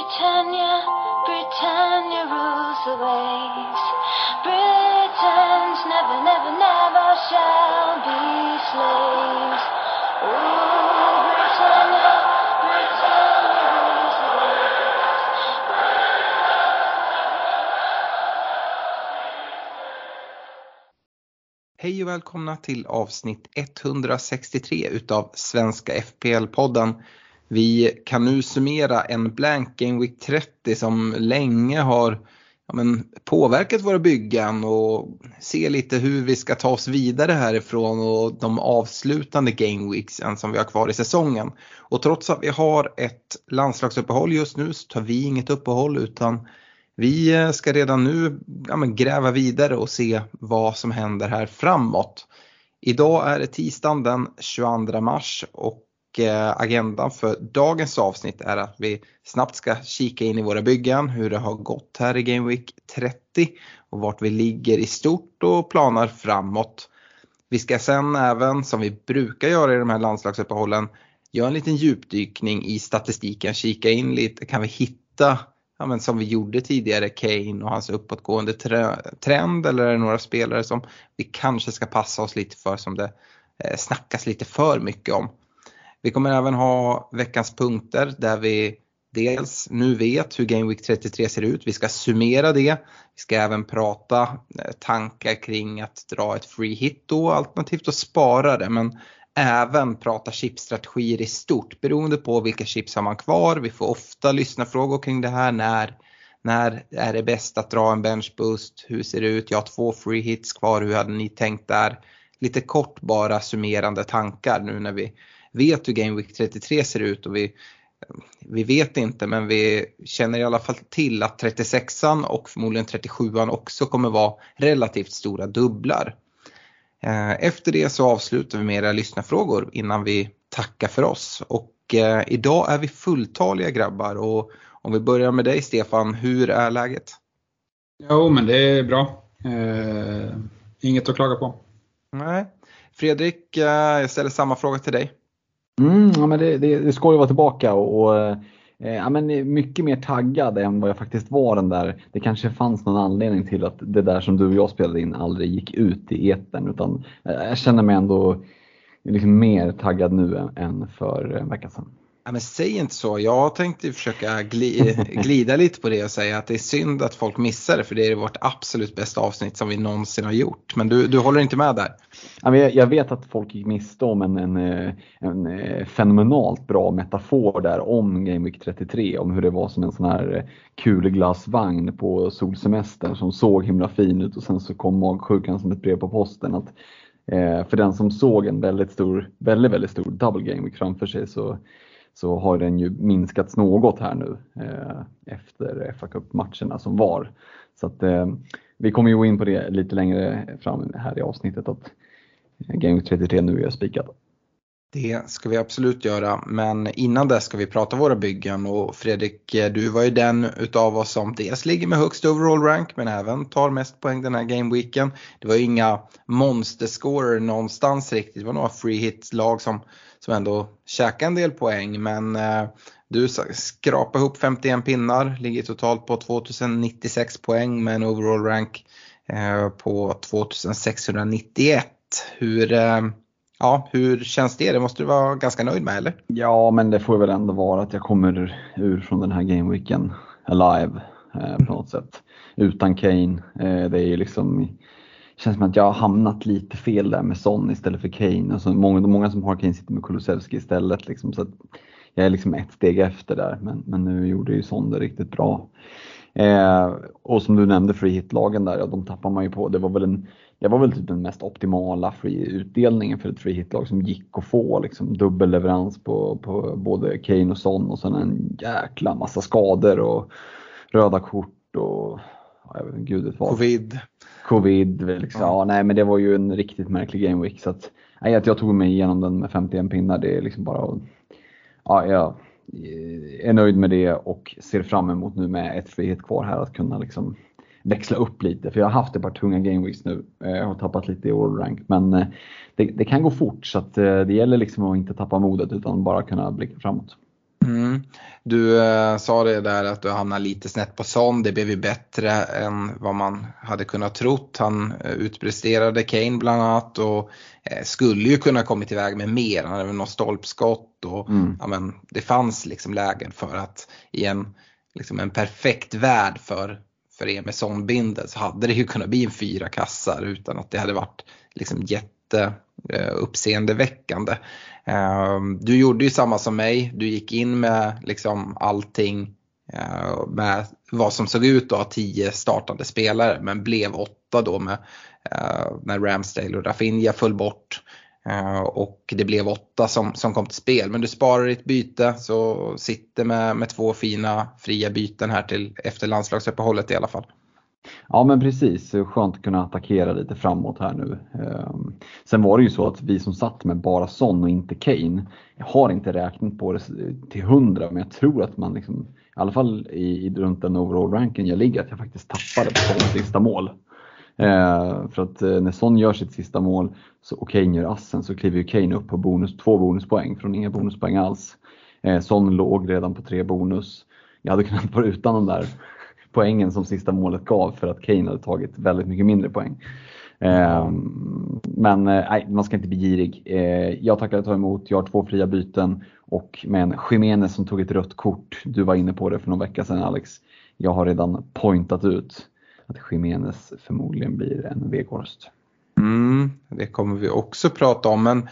Britannia, Britannia rules the waves. Britons never, never, never shall be slaves. Oh, Britannia, Britannia rules the waves. Hej och välkomna till avsnitt 163 utav Svenska FPL-podden. Vi kan nu summera en blank Game Week 30 som länge har påverkat våra byggen och se lite hur vi ska ta oss vidare härifrån och de avslutande Game Weeks som vi har kvar i säsongen. Och trots att vi har ett landslagsuppehåll just nu så tar vi inget uppehåll utan vi ska redan nu gräva vidare och se vad som händer här framåt. Idag är det tisdagen den 22 mars och agendan för dagens avsnitt är att vi snabbt ska kika in i våra byggen, hur det har gått här i Game Week 30 och vart vi ligger i stort och planar framåt. Vi ska sen även, som vi brukar göra i de här landslagsuppehållen, göra en liten djupdykning i statistiken, kika in lite, kan vi hitta som vi gjorde tidigare, Kane och hans uppåtgående trend, eller är det några spelare som vi kanske ska passa oss lite för som det snackas lite för mycket om. Vi kommer även ha veckans punkter där vi dels nu vet hur Game Week 33 ser ut. Vi ska summera det. Vi ska även prata tankar kring att dra ett free hit då, alternativt att spara det. Men även prata chipstrategier i stort beroende på vilka chips har man kvar. Vi får ofta lyssna frågor kring det här. När är det bäst att dra en bench boost? Hur ser det ut? Jag har 2 free hits kvar. Hur hade ni tänkt där? Lite kort bara summerande tankar nu när vi vet hur Game Week 33 ser ut och vi vet inte, men vi känner i alla fall till att 36an och förmodligen 37an också kommer vara relativt stora dubblar. Efter det så avslutar vi med era lyssnarfrågor innan vi tackar för oss. Och idag är vi fulltaliga grabbar och om vi börjar med dig Stefan, hur är läget? Jo, men det är bra. Inget att klaga på. Nej. Fredrik, jag ställer samma fråga till dig. Ja, men det ska ju vara tillbaka och mycket mer taggad än vad jag faktiskt var den där. Det kanske fanns någon anledning till att det där som du och jag spelade in aldrig gick ut i etern, utan jag känner mig ändå liksom mer taggad nu än för en vecka sedan. Ja, men säg inte så. Jag tänkte försöka glida lite på det och säga att det är synd att folk missar det, för det är vårt absolut bästa avsnitt som vi någonsin har gjort. Men du håller inte med där? Ja, men jag vet att folk gick miste om en fenomenalt bra metafor där om Game Week 33, om hur det var som en sån här kulglasvagn på solsemestern som såg himla fin ut och sen så kom magsjukan som ett brev på posten. Att för den som såg en väldigt stor double Game Week framför sig så har den ju minskats något här nu efter FA Cup-matcherna som var. Så att vi kommer ju gå in på det lite längre fram här i avsnittet, att Game 33 nu är spikat. Det ska vi absolut göra, men innan det ska vi prata våra byggen. Och Fredrik, du var ju den utav oss som dels ligger med högst overall rank men även tar mest poäng den här gameweeken. Det var ju inga monsterscorer någonstans riktigt, det var några free hit-lag som ändå käkade en del poäng. Men du skrapar ihop 51 pinnar, ligger totalt på 2096 poäng med en overall rank på 2691. Hur känns det? Det måste du vara ganska nöjd med, eller? Ja, men det får väl ändå vara att jag kommer ur från den här gameweeken alive på något sätt. Utan Kane. Det är ju liksom, känns som att jag har hamnat lite fel där med Son istället för Kane. Alltså många som har Kane sitter med Kulusevski istället. Liksom, så att jag är liksom ett steg efter där. Men nu gjorde ju Son det riktigt bra. Och som du nämnde, free hit-lagen där, ja, de tappar man ju på. Det var väl typ den mest optimala free-utdelningen för ett free hit-lag som gick att få liksom dubbelleverans på både Kane och Son, och sen en jäkla massa skador och röda kort och jag vet inte, gud vad. Covid liksom. Ja, nej, men det var ju en riktigt märklig game week, så att jag tog mig igenom den med 51 pinnar. Det är liksom bara jag är nöjd med det och ser fram emot nu med ett free hit kvar här att kunna liksom växla upp lite, för jag har haft ett par tunga gameweeks nu. Jag har tappat lite i all rank, men det kan gå fort, så att det gäller liksom att inte tappa modet utan bara kunna blicka framåt. Mm. Du sa det där att du hamnade lite snett på Son. Det blev ju bättre än vad man hade kunnat trott. Han utpresterade Kane bland annat och skulle ju kunna kommit iväg med mer. Han hade väl något stolpskott och ja, men det fanns liksom lägen för att i en perfekt värld för Emerson-bindeln så hade det ju kunnat bli en 4 kassar utan att det hade varit liksom uppseendeväckande. Du gjorde ju samma som mig. Du gick in med liksom allting med vad som såg ut att ha 10 startande spelare men blev 8 då med när Ramsdale och Rafinha föll bort. Och det blev 8 som kom till spel. Men du sparar ditt byte så sitter med 2 fina fria byten här till efter landslagsuppehållet i alla fall. Ja men precis, skönt att kunna attackera lite framåt här nu. Sen var det ju så att vi som satt med bara Son och inte Kane, jag har inte räknat på det till 100 men jag tror att man liksom, i alla fall runt den overall ranken jag ligger, att jag faktiskt tappade på Sons sista mål. För att när Son gör sitt sista mål och Kane gör assen så kliver ju Kane upp på 2 bonuspoäng från inga bonuspoäng alls. Son låg redan på 3 bonus. Jag hade kunnat vara utan de där poängen som sista målet gav för att Kane hade tagit väldigt mycket mindre poäng. Men nej, man ska inte bli girig. Jag tackar att ta emot. Jag har 2 fria byten och med en Jimenez som tog ett rött kort. Du var inne på det för någon vecka sedan, Alex. Jag har redan pointat ut att Jimenez förmodligen blir en Weghorst. Det kommer vi också prata om, men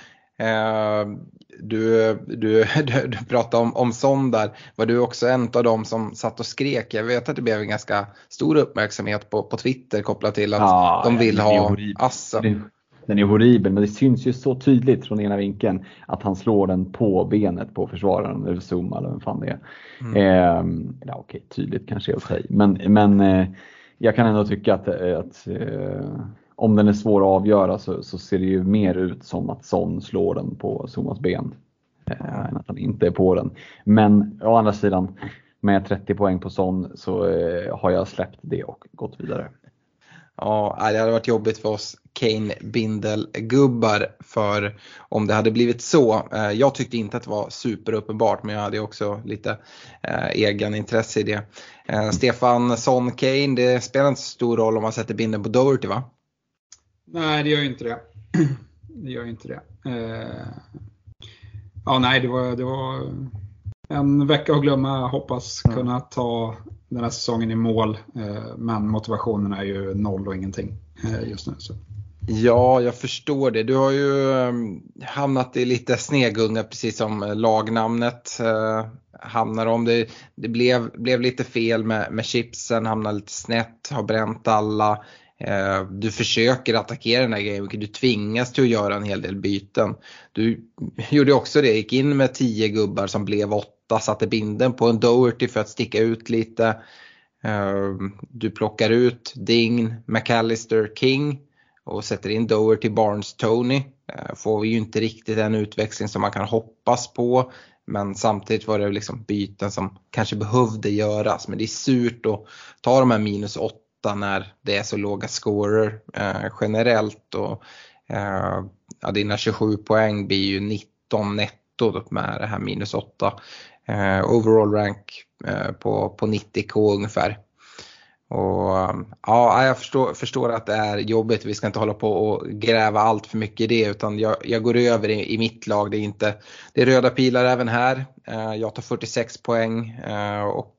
du pratade om Son där. Var du också en av dem som satt och skrek? Jag vet att det blev en ganska stor uppmärksamhet på Twitter kopplat till att de vill ha assen. Den är horribel, men det syns ju så tydligt från ena vinkeln att han slår den på benet på försvararen eller Zuma eller vem fan det är. Ja, okej, tydligt kanske är okej. Men jag kan ändå tycka att om den är svår att avgöra så ser det ju mer ut som att Son slår den på Zumas ben än att han inte är på den. Men å andra sidan, med 30 poäng på Son så har jag släppt det och gått vidare. Ja, det hade varit jobbigt för oss Kane-bindel-gubbar för om det hade blivit så. Jag tyckte inte att det var superuppenbart, men jag hade också lite egen intresse i det. Stefan, Son, Kane, det spelar inte så stor roll om man sätter bindeln på Doherty, va? Nej, det gör ju inte det. Det gör ju inte det. Ja, nej, det var en vecka att glömma. Hoppas kunna ta den här säsongen i mål. Men motivationen är ju noll och ingenting just nu. Så. Ja, jag förstår det. Du har ju hamnat i lite snegunga, precis som lagnamnet hamnar om. Det blev lite fel med chipsen, hamnade lite snett, har bränt alla. Du försöker attackera den här grejen, du tvingas till att göra en hel del byten. Du gjorde också det, gick in med 10 gubbar som blev 8, satte binden på en Doherty för att sticka ut lite. Du plockar ut Dign, McAllister, King och sätter in Doherty, Barnes, Tony. Får vi ju inte riktigt en utväxling som man kan hoppas på, men samtidigt var det liksom byten som kanske behövde göras. Men det är surt att ta de här -8 när det är så låga scorer generellt, och dina 27 poäng blir ju 19 netto med det här -8. Overall rank på 90k ungefär. Och ja, jag förstår att det är jobbigt. Vi ska inte hålla på och gräva allt för mycket i det, utan jag går över i mitt lag. Det är röda pilar även här. Jag tar 46 poäng och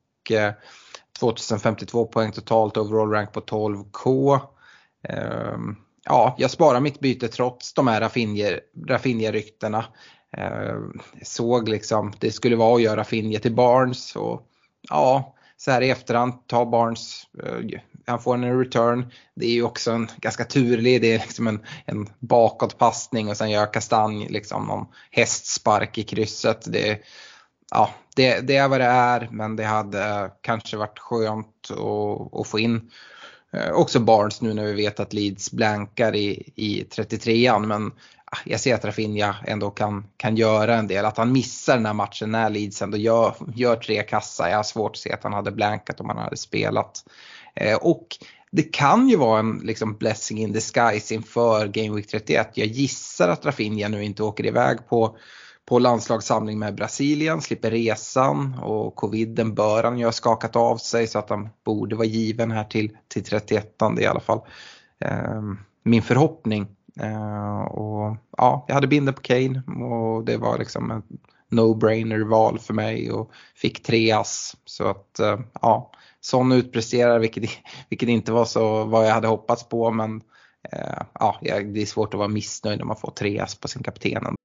2052 poäng totalt, overall rank på 12k. Ja, jag sparar mitt byte trots de här Rafinha-ryktena. Såg liksom det skulle vara att göra Rafinha till Barnes, och ja, så här i efterhand, ta Barnes, han får en return. Det är ju också en ganska turlig, det är liksom en bakåtpassning och sen gör Kastanj liksom någon hästspark i krysset. Det är vad det är, men det hade kanske varit skönt att få in också Barnes nu när vi vet att Leeds blankar i 33an, men jag ser att Rafinha ändå kan göra en del. Att han missar den här matchen när Leeds ändå gör 3 kassar. Jag har svårt att se att han hade blankat om han hade spelat. Och det kan ju vara en liksom blessing in disguise inför Game Week 31. Jag gissar att Rafinha nu inte åker iväg på på landslagssamling med Brasilien, slipper resan och coviden bör han ju ha skakat av sig så att han borde vara given här till 31:an, det är i alla fall min förhoppning. Och ja, jag hade binder på Kane och det var liksom en no-brainer val för mig och fick 3 ass. Så att ja, sån utpresterar vilket inte var så vad jag hade hoppats på, men ja, det är svårt att vara missnöjd när man får 3 ass på sin kapten.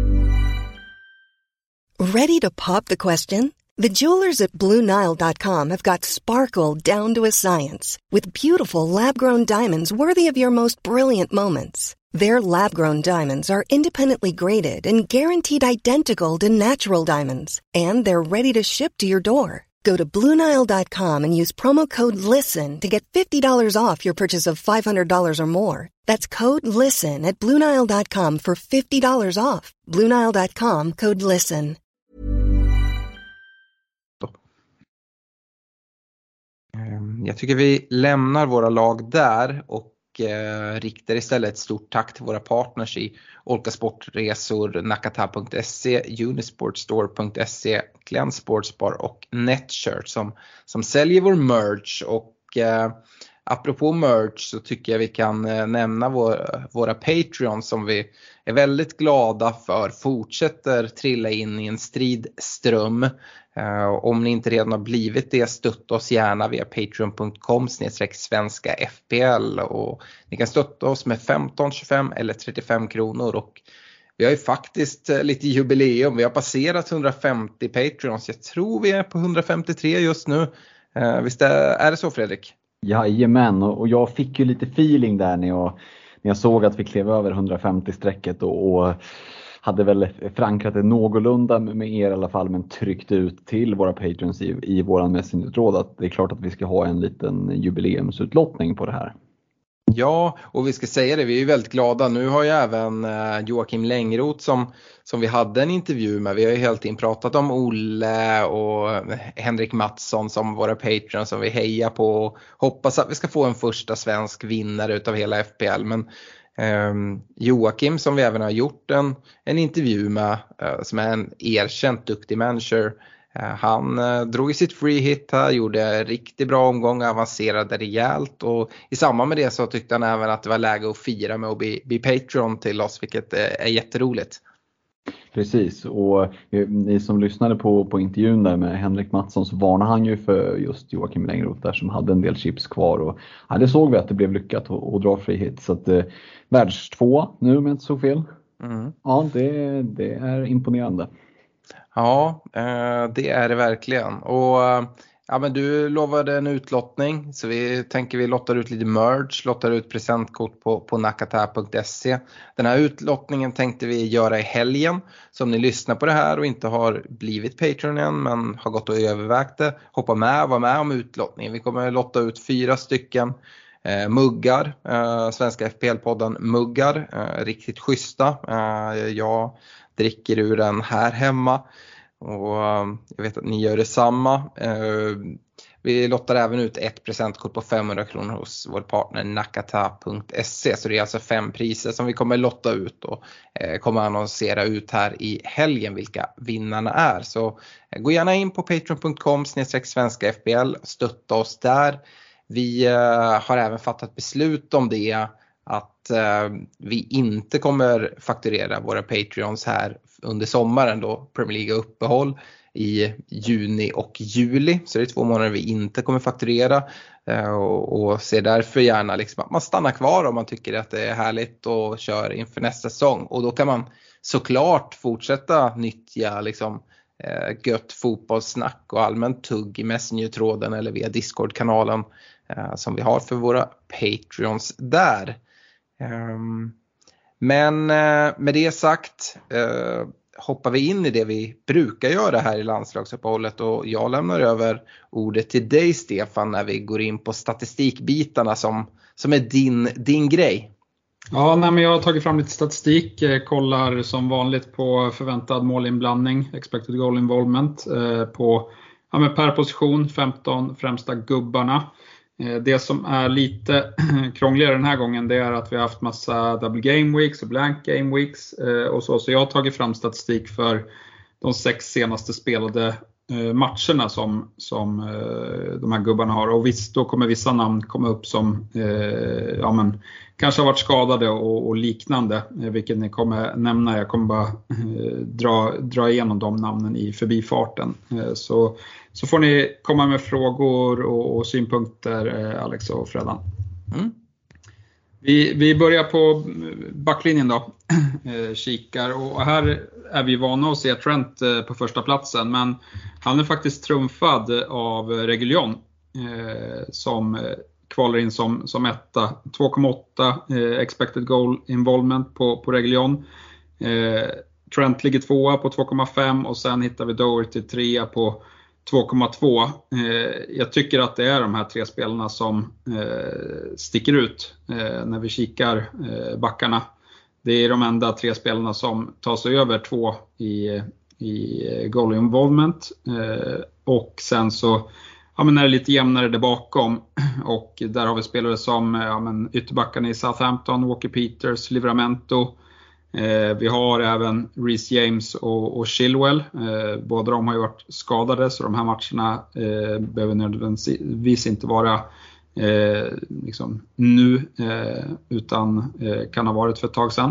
Ready to pop the question? The jewelers at BlueNile.com have got sparkle down to a science with beautiful lab-grown diamonds worthy of your most brilliant moments. Their lab-grown diamonds are independently graded and guaranteed identical to natural diamonds, and they're ready to ship to your door. Go to BlueNile.com and use promo code LISTEN to get $50 off your purchase of $500 or more. That's code LISTEN at BlueNile.com for $50 off. BlueNile.com, code LISTEN. Jag tycker vi lämnar våra lag där och riktar istället ett stort tack till våra partners i Olka Sportresor, Nakata.se, Unisportstore.se, Glenn Sportsbar och Netshirt som säljer vår merch. Och apropå merch så tycker jag vi kan nämna våra Patreons som vi är väldigt glada för fortsätter trilla in i en stridström. Om ni inte redan har blivit det, stötta oss gärna via patreon.com/svenska FPL och ni kan stötta oss med 15, 25 eller 35 kronor och vi har ju faktiskt lite jubileum. Vi har passerat 150 Patreons. Jag tror vi är på 153 just nu. Visst är det så, Fredrik? Jajamän, och jag fick ju lite feeling där när jag såg att vi klev över 150-strecket och hade väl förankrat det någorlunda med er i alla fall, men tryckt ut till våra patrons i våran messengertråd att det är klart att vi ska ha en liten jubileumsutlottning på det här. Ja, och vi ska säga det, vi är ju väldigt glada. Nu har ju även Joakim Längroth som vi hade en intervju med. Vi har ju helt tiden pratat om Olle och Henrik Mattsson som våra patrons som vi hejar på och hoppas att vi ska få en första svensk vinnare utav hela FPL. Men Joakim som vi även har gjort en intervju med som är en erkänt duktig manager. Han drog i sitt free hit här, gjorde riktigt bra omgång, avancerade rejält och i samband med det så tyckte han även att det var läge att fira med att bli Patreon till oss, vilket är jätteroligt. Precis, och ni som lyssnade på intervjun där med Henrik Mattsson så varnade han ju för just Joakim Längroth där som hade en del chips kvar och det såg vi att det blev lyckat att dra free hit, så att världs 2 nu om jag inte så fel. Ja, det är imponerande. Ja, det är det verkligen. Och ja, men du lovade en utlottning så vi lottar ut lite merch, lottar ut presentkort på nakata.se. Den här utlottningen tänkte vi göra i helgen. Så om ni lyssnar på det här och inte har blivit Patreon än men har gått och övervägt det, var med om utlottningen. Vi kommer lotta ut 4 stycken muggar, Svenska FPL-podden muggar, riktigt schyssta. Jag dricker ur den här hemma och jag vet att ni gör detsamma. Vi lottar även ut ett presentkort på 500 kronor hos vår partner Nakata.se. Så det är alltså 5 priser som vi kommer lotta ut och kommer annonsera ut här i helgen vilka vinnarna är. Så gå gärna in på patreon.com/svenska FPL och stötta oss där. Vi har även fattat beslut om det att vi inte kommer fakturera våra Patreons här under sommaren då Premier League uppehåll i juni och juli. Så det är 2 månader vi inte kommer fakturera och ser därför gärna liksom att man stannar kvar om man tycker att det är härligt och kör inför nästa säsong. Och då kan man såklart fortsätta nyttja liksom gött fotbollssnack och allmänt tugg i Messenger-tråden eller via Discord-kanalen som vi har för våra Patreons där. Men med det sagt hoppar vi in i det vi brukar göra här i landslagsuppehållet och jag lämnar över ordet till dig, Stefan, när vi går in på statistikbitarna som är din grej. Ja, men jag har tagit fram lite statistik, kollar som vanligt på förväntad målinblandning, expected goal involvement, på per position 15 främsta gubbarna. Det som är lite krångligare den här gången, det är att vi har haft massa double game weeks och blank game weeks och så jag har tagit fram statistik för de 6 senaste spelade matcherna som de här gubbarna har, och visst, då kommer vissa namn komma upp som kanske har varit skadade och liknande, vilket ni kommer nämna. Jag kommer bara dra igenom de namnen i förbifarten, så får ni komma med frågor och synpunkter, Alex och Fredan. Vi börjar på backlinjen då, kikar, och här är vi vana att se Trent på första platsen, men han är faktiskt trumfad av Reguilón som kvalar in som etta. 2,8 expected goal involvement på Reguilón. Trent ligger 2 på 2,5 och sen hittar vi Doherty 3 på 2,2. Jag tycker att det är de här 3 spelarna som sticker ut när vi kikar backarna. Det är de enda 3 spelarna som tar sig över 2 i goal involvement, och sen så är det lite jämnare där bakom, och där har vi spelare som ytterbackarna i Southampton, Walker Peters, Livramento. Vi har även Reece James och Chilwell. Båda de har ju varit skadade, så de här matcherna behöver nödvändigtvis inte vara nu, utan kan ha varit för ett tag sedan.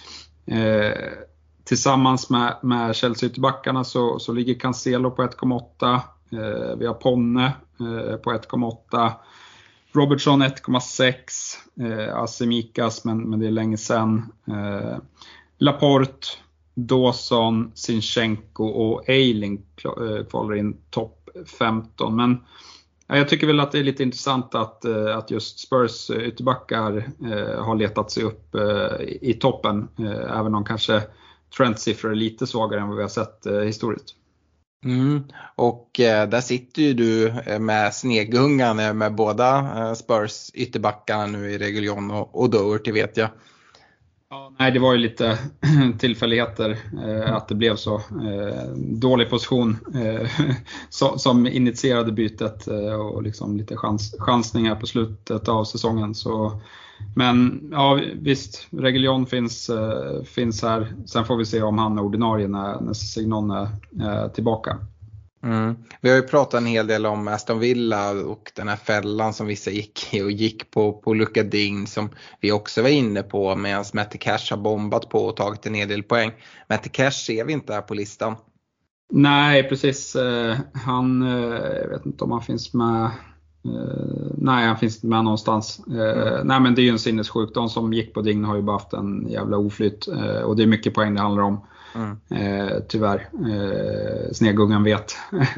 Tillsammans med Chelsea ytterbackarna så ligger Cancelo på 1,8. Vi har Ponne på 1,8. Robertson 1,6. Asimikas, men det är länge sedan. Laporte, Dawson, Zinchenko och Eiling kvalar in topp 15. Men jag tycker väl att det är lite intressant att just Spurs ytterbackar har letat sig upp i toppen, även om kanske Trents siffror är lite svagare än vad vi har sett historiskt. Och där sitter ju du med snegungan med båda Spurs ytterbackarna nu i Reguilón och Doherty, vet jag. Ja, nej, det var ju lite tillfälligheter att det blev så dålig position som initierade bytet, och liksom lite chansningar på slutet av säsongen. Så, men ja, visst, Reguilón finns här. Sen får vi se om han är ordinarie när Signon är tillbaka. Vi har ju pratat en hel del om Aston Villa och den här fällan som vissa gick på Luka Digne, som vi också var inne på, medan Matty Cash har bombat på och tagit en hel del poäng. Matty Cash ser vi inte här på listan. Nej, precis. Jag vet inte om han finns med. Nej, han finns med någonstans. Nej, men det är ju en sinnessjuk. De som gick på Digne har ju bara haft en jävla oflytt, och det är mycket poäng det handlar om. Tyvärr. Snegungan vet.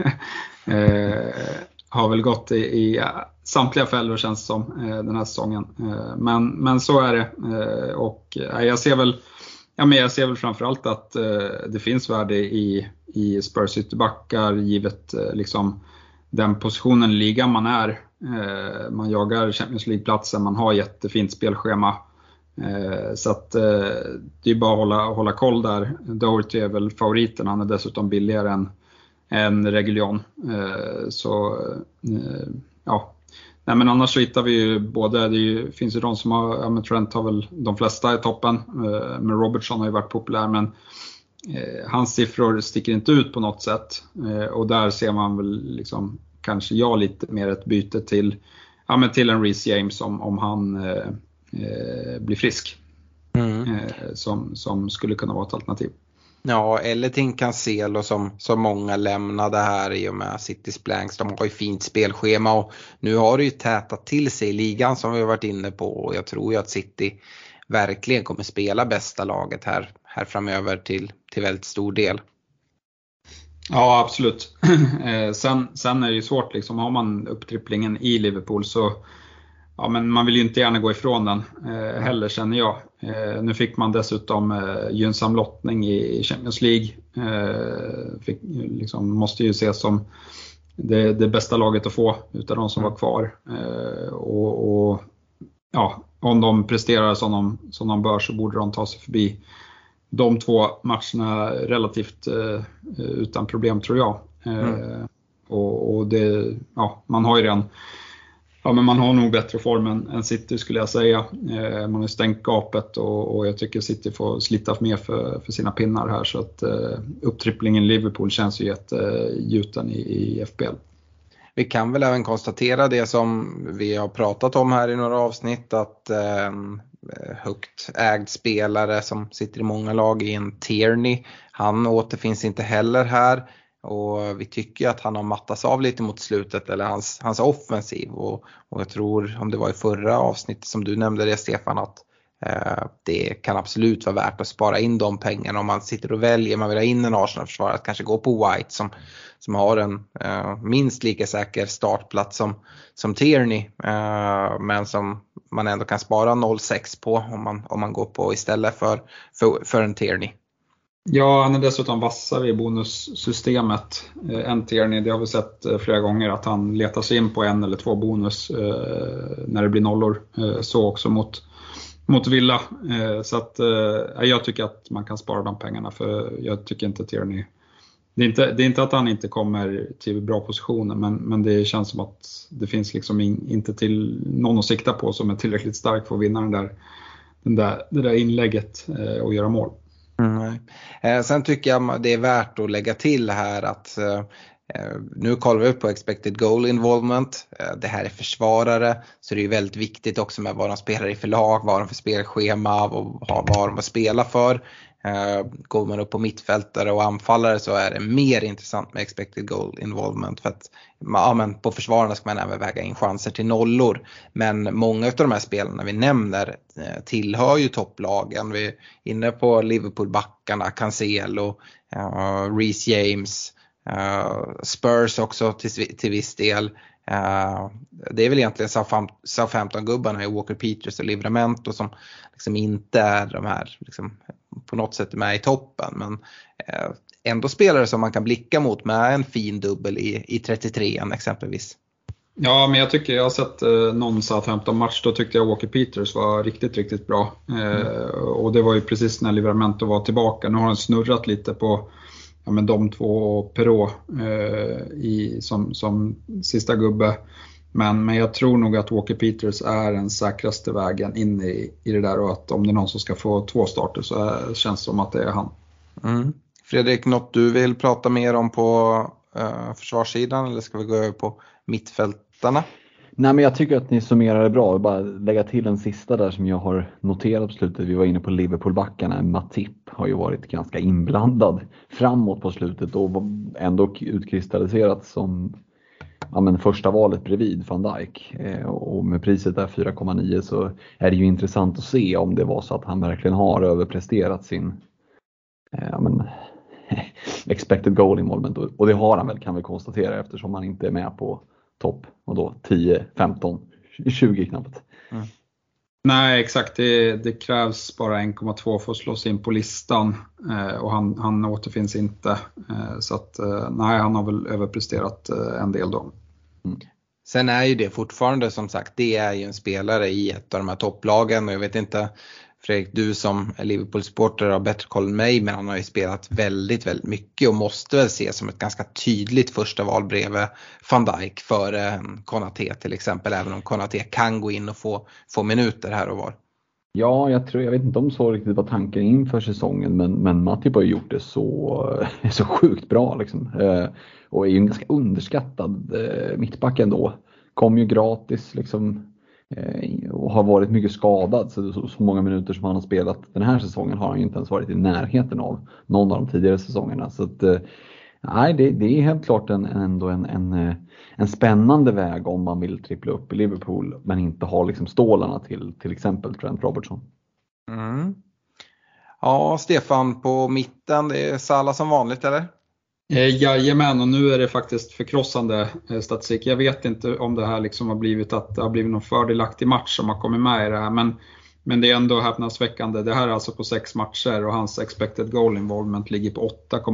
Har väl gått i samtliga fällor, känns som, den här säsongen. Men så är det. Och jag ser väl framförallt att det finns värde i Spurs ytterbackar, givet liksom den positionen i ligan man är. Man jagar Champions League-platsen, man har jättefint spelschema. Så att det är bara att hålla koll där. Doherty är väl favoriten, han är dessutom billigare än Reguilón. Så ja. Nej, men annars så hittar vi ju både, finns ju de som har, Trent har väl de flesta i toppen, men Robertson har ju varit populär, men hans siffror sticker inte ut på något sätt, och där ser man väl liksom kanske lite mer ett byte till en Reece James om han blir frisk, som skulle kunna vara ett alternativ. Ja, eller till Cancelo som många lämnade här i och med Citys blanks. De har ju fint spelschema, och nu har det ju tätat till sig i ligan som vi har varit inne på, och jag tror ju att City verkligen kommer spela bästa laget här framöver till väldigt stor del. Ja, absolut. Sen är det ju svårt liksom, har man upptripplingen i Liverpool så men man vill ju inte gärna gå ifrån den heller, känner jag. Nu fick man dessutom gynnsam lottning i Champions League. Måste ju ses som det bästa laget att få utav de som var kvar. Och om de presterar som de bör, så borde de ta sig förbi de 2 matcherna relativt utan problem, tror jag. Och det, man har ju redan Ja, men man har nog bättre form än City skulle jag säga. Man har stängt gapet och jag tycker City får slita mer för sina pinnar här. Så att upptripplingen Liverpool känns ju jättegjuten i FPL. Vi kan väl även konstatera det som vi har pratat om här i några avsnitt, att högt ägd spelare som sitter i många lag i en Tierney, han återfinns inte heller här. Och vi tycker att han har mattats av lite mot slutet, eller hans offensiv. Och jag tror, om det var i förra avsnittet som du nämnde det, Stefan, att det kan absolut vara värt att spara in de pengarna om man sitter och väljer. Man vill ha in en Arsenal-försvarare, att kanske gå på White som har en minst lika säker startplats som Tierney. Men som man ändå kan spara 0,6 på om man går på istället för en Tierney. Ja, han är dessutom vassare i bonussystemet än Tierney. Det har vi sett flera gånger att han letar sig in på 1 eller 2 bonus när det blir nollor. Så också mot Villa. Så att jag tycker att man kan spara de pengarna, för jag tycker inte Tierney. Det är inte att han inte kommer till bra positioner, men det känns som att det finns liksom inte till någon att sikta på som är tillräckligt stark för att vinna det där inlägget och göra mål. Sen tycker jag det är värt att lägga till här att nu kollar vi upp på expected goal involvement. Det här är försvarare, så det är väldigt viktigt också med vad de spelar i för lag, vad de för spelschema och vad de spelar för. Går man upp på mittfältare och anfallare så är det mer intressant med expected goal involvement, för att men på försvararna ska man även väga in chanser till nollor. Men många av de här spelarna vi nämner tillhör ju topplagen. Vi är inne på Liverpool-backarna, Cancelo, Reece James, Spurs också till viss del. Det är väl egentligen Southampton-gubbarna i Walker Peters och Livramento som liksom inte är de här liksom på något sätt med i toppen, men ändå spelare som man kan blicka mot med en fin dubbel i 33an exempelvis. Ja, men jag har sett någon Southampton-match, då tyckte jag Walker Peters var riktigt, riktigt bra. Och det var ju precis när Livramento var tillbaka. Nu har han snurrat lite på de 2 och Perrault som sista gubbe. Men jag tror nog att Walker Peters är den säkraste vägen in i det där, och att om det är någon som ska få 2 starter så känns det som att det är han. Fredrik, något du vill prata mer om på försvarssidan, eller ska vi gå över på mittfältarna? Nej, men jag tycker att ni summerar det bra. Bara lägga till en sista där som jag har noterat på slutet. Vi var inne på Liverpool-backarna. Matip har ju varit ganska inblandad framåt på slutet och ändå utkristalliserat som första valet bredvid Van Dijk. Och med priset där 4,9 så är det ju intressant att se om det var så att han verkligen har överpresterat sin expected goal involvement. Och det har han väl, kan vi konstatera, eftersom han inte är med på topp och då 10, 15, 20 knappt. Nej, exakt. Det krävs bara 1,2 för att slå sig in på listan, och han återfinns inte. Så att nej, han har väl överpresterat en del då. Sen är ju det fortfarande, som sagt, det är ju en spelare i ett av de här topplagen, och jag vet inte, Fredrik, du som är Liverpool-supporter har bättre koll än mig, men han har ju spelat väldigt, väldigt mycket och måste väl ses som ett ganska tydligt första val bredvid Van Dijk för Konaté till exempel, även om Konaté kan gå in och få minuter här och var. Ja, jag vet inte om så riktigt var tanken inför säsongen, men Matip har ju gjort det så sjukt bra liksom. Och är ju en ganska underskattad mittback ändå. Kom ju gratis liksom. Och har varit mycket skadad, så många minuter som han har spelat den här säsongen har han ju inte ens varit i närheten av någon av de tidigare säsongerna. Så att, nej, det är helt klart ändå en spännande väg om man vill trippla upp i Liverpool men inte ha liksom stålarna till exempel Trent Robertson. Ja, Stefan, på mitten, det är Salah som vanligt, eller? Jajamän, och nu är det faktiskt förkrossande statistik. Jag vet inte om det här liksom har blivit att det har blivit någon fördelaktig match som har kommit med i det här, men det är ändå häpnadsväckande. Det här är alltså på 6 matcher och hans expected goal involvement ligger på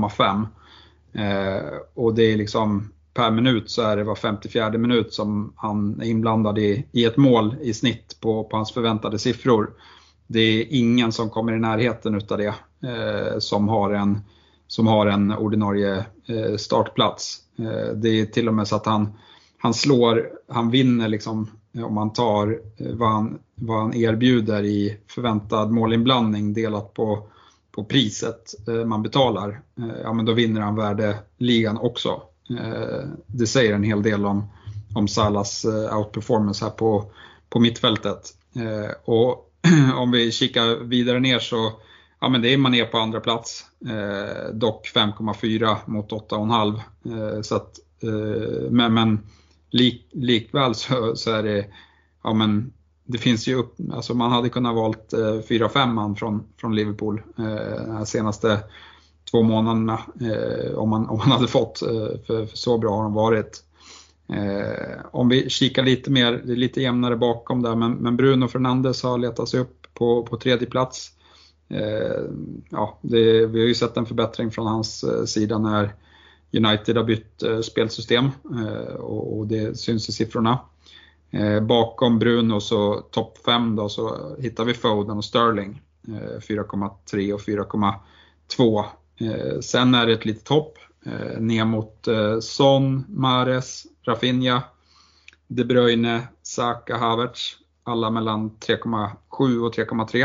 8,5. Och det är liksom per minut så är det var 54 minut som han är inblandad i ett mål i snitt på hans förväntade siffror. Det är ingen som kommer i närheten utav det som har en ordinarie startplats. Det är till och med så att han vinner liksom om man tar vad han erbjuder i förväntad målinblandning delat på priset man betalar, ja men då vinner han värdeligan också. Det säger en hel del om Salahs outperformance här på mittfältet. Och om vi kikar vidare ner så ja men det är Mané på andra plats, dock 5,4 mot 8,5, så att men likväl så är det, ja men det finns ju alltså man hade kunnat valt 4-5 man från Liverpool de här senaste 2 månaderna, om man hade fått, för så bra har de varit. Om vi kikar lite mer, det är lite jämnare bakom där, men Bruno Fernandes har letat sig upp på tredje plats. Ja, vi har ju sett en förbättring från hans sida när United har bytt spelsystem, och det syns i siffrorna. Bakom Bruno så topp 5 då, så hittar vi Foden och Sterling, 4,3 och 4,2. Sen är det ett litet hopp ner mot Son, Mahrez, Rafinha, De Bruyne, Saka, Havertz, alla mellan 3,7 och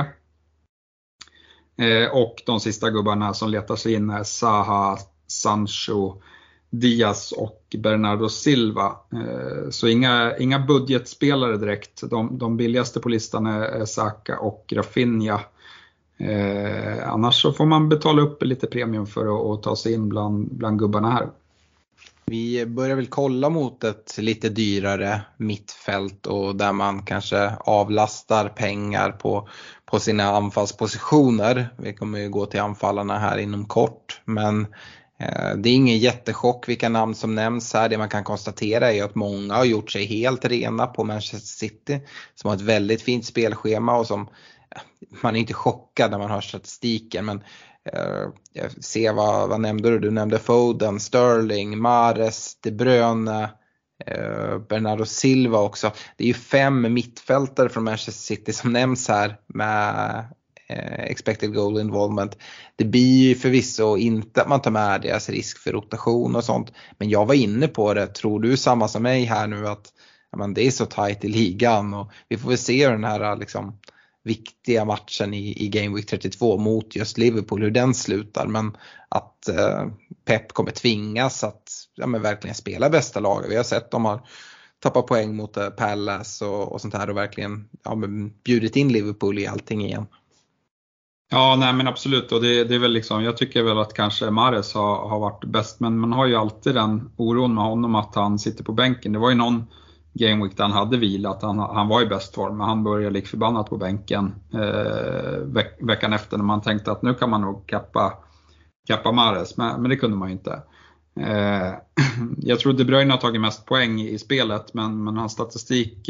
3,3. Och de sista gubbarna som letar sig in är Zaha, Sancho, Diaz och Bernardo Silva. Så inga budgetspelare direkt. De billigaste på listan är Saka och Rafinha. Annars så får man betala upp lite premium för att ta sig in bland gubbarna här. Vi börjar väl kolla mot ett lite dyrare mittfält, och där man kanske avlastar pengar på sina anfallspositioner. Vi kommer ju gå till anfallarna här inom kort, men det är ingen jättechock vilka namn som nämns här. Det man kan konstatera är att många har gjort sig helt rena på Manchester City, som har ett väldigt fint spelschema, och som man är inte chockad när man hör statistiken, men jag ser vad nämnde du? Du nämnde Foden, Sterling, Mahrez, De Bruyne, Bernardo Silva också. Det är ju 5 mittfältare från Manchester City som nämns här med expected goal involvement. Det blir ju förvisso inte att man tar med deras risk för rotation och sånt, men jag var inne på det. Tror du samma som mig här nu, att ja, men det är så tajt i ligan, och vi får väl se den här liksom viktiga matchen i Game Week 32 mot just Liverpool, hur den slutar, men att Pep kommer tvingas att verkligen spela bästa laget. Vi har sett de har tappat poäng mot Palace och sånt här, och verkligen bjudit in Liverpool i allting igen. Ja, nej men absolut, och det är väl liksom, jag tycker väl att kanske Mahrez har varit bäst, men man har ju alltid den oron med honom att han sitter på bänken. Det var ju någon Game Week där han hade vilat, han var i bäst form, men han började lik förbannat på bänken veckan efter, när man tänkte att nu kan man nog kappa Mahrez, men det kunde man ju inte. Jag tror De Bruyne har tagit mest poäng i spelet, men hans statistik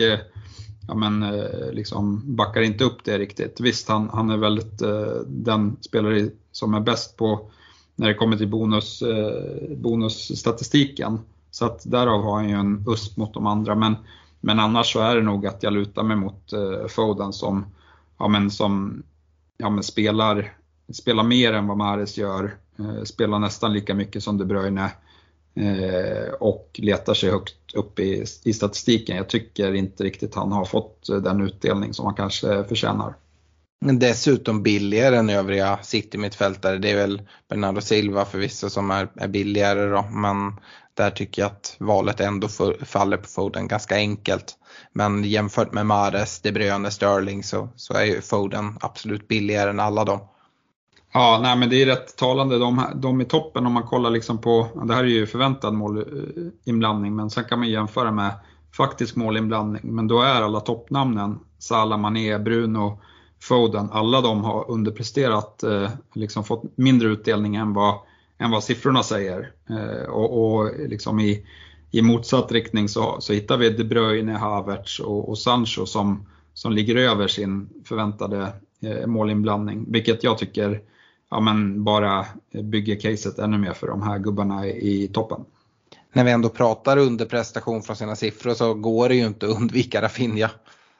liksom backar inte upp det riktigt. Visst, han är väldigt den spelare som är bäst på när det kommer till bonusstatistiken. Så att därav har han ju en USP mot de andra. Men annars så är det nog att jag lutar mig mot Foden som spelar mer än vad Mahrez gör. Spelar nästan lika mycket som De Bruyne. Och letar sig högt upp i statistiken. Jag tycker inte riktigt han har fått den utdelning som han kanske förtjänar. Dessutom billigare än övriga City-mittfältare. Det är väl Bernardo Silva förvisso som är billigare då, men där tycker jag att valet ändå faller på Foden ganska enkelt. Men jämfört med Mahrez, De Bruyne, Sterling så är ju Foden absolut billigare än alla dem. Ja, nej men det är rätt talande. De i toppen, om man kollar liksom på, det här är ju förväntad målinblandning, men sen kan man jämföra med faktisk målinblandning. Men då är alla toppnamnen, Salah, Mané, Bruno, Foden, alla de har underpresterat, liksom fått mindre utdelning än vad siffrorna säger. Och liksom i motsatt riktning så hittar vi De Bruyne, Havertz och Sancho som ligger över sin förväntade målinblandning, vilket jag tycker bara bygger caset ännu mer för de här gubbarna i toppen. När vi ändå pratar underprestation från sina siffror så går det ju inte att undvika Rafinha.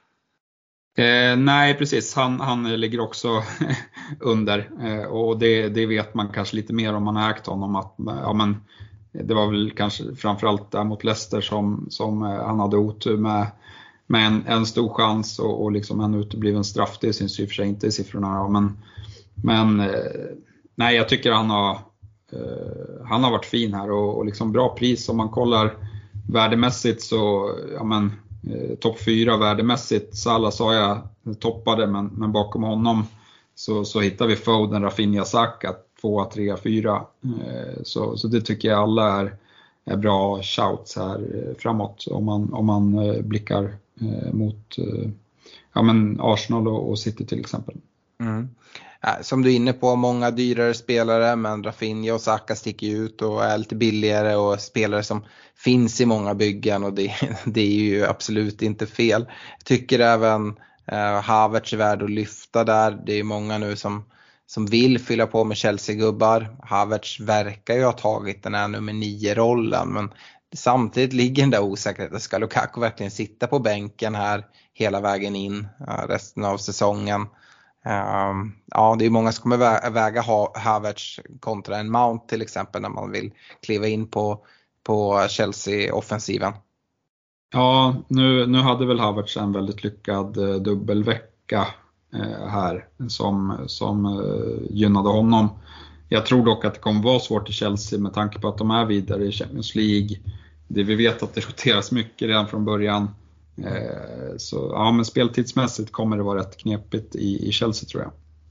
Nej, precis. Han ligger också under. Och det vet man kanske lite mer om man har ägt honom. Att, det var väl kanske framförallt där mot Leicester som han hade otur med en stor chans och liksom en utebliven straff. Det syns ju i och för sig inte i siffrorna. Men nej, jag tycker han har varit fin här och liksom bra pris. Om man kollar värdemässigt så, topp 4 värdemässigt. Salah sa jag toppade, men bakom honom så hittar vi Foden, Rafinha, Saka 2, 3, 4. Så det tycker jag alla är bra shouts här framåt om man blickar mot Arsenal och City till exempel. Som du är inne på, många dyrare spelare, men Rafinha och Saka sticker ut och är lite billigare och spelare som finns i många byggen, och det är ju absolut inte fel. Jag tycker även Havertz är värd att lyfta där. Det är många nu som vill fylla på med Chelsea-gubbar. Havertz verkar ju ha tagit den här nummer 9-rollen, men samtidigt ligger den där osäkerheten. Ska Lukaku verkligen sitta på bänken här hela vägen in resten av säsongen? Det är många som kommer väga Havertz kontra en Mount till exempel när man vill kliva in på Chelsea-offensiven. Ja, nu hade väl Havertz en väldigt lyckad dubbelvecka här som gynnade honom. Jag tror dock att det kommer vara svårt i Chelsea med tanke på att de är vidare i Champions League. Vi vet att det roteras mycket redan från början. Så ja, men speltidsmässigt kommer det vara rätt knepigt i Chelsea, tror jag.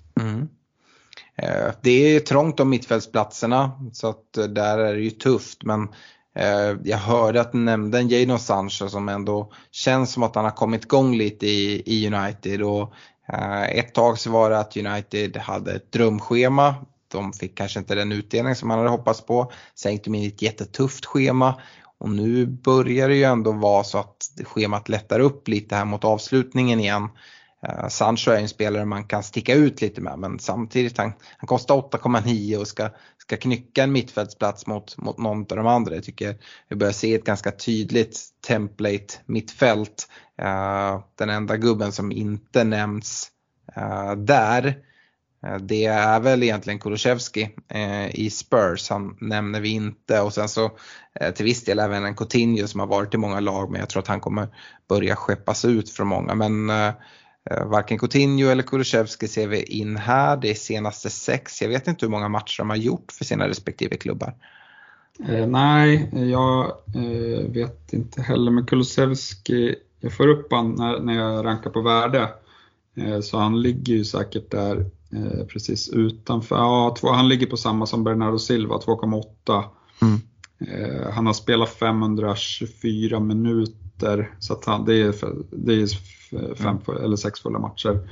Det är trångt om mittfältsplatserna, så att där är det ju tufft, men jag hörde att du nämnde en Jadon Sancho som ändå känns som att han har kommit igång lite i United, och ett tag så var det att United hade ett drömschema. De fick kanske inte den utdelning som man hade hoppats på. Sen gick de in i ett jättetufft schema. Och nu börjar det ju ändå vara så att schemat lättar upp lite här mot avslutningen igen. Sancho är en spelare man kan sticka ut lite med, men samtidigt han kostar 8,9 och ska knycka en mittfältsplats mot någon av de andra. Jag tycker vi börjar se ett ganska tydligt template mittfält. Den enda gubben som inte nämns där, det är väl egentligen Kulusevski i Spurs. Han nämner vi inte, och sen så till viss del även en Coutinho som har varit i många lag, men jag tror att han kommer börja skeppas ut från många. Men varken Coutinho eller Kulusevski ser vi in här. Det är senaste 6. Jag vet inte hur många matcher de har gjort för sina respektive klubbar. Nej, jag vet inte heller. Men Kulusevski, jag får upp han när jag rankar på värde. Så han ligger ju säkert där precis utanför. Ja, han ligger på samma som Bernardo Silva, 2,8. Han har spelat 524 minuter, så att det är 5 eller 6 fulla matcher.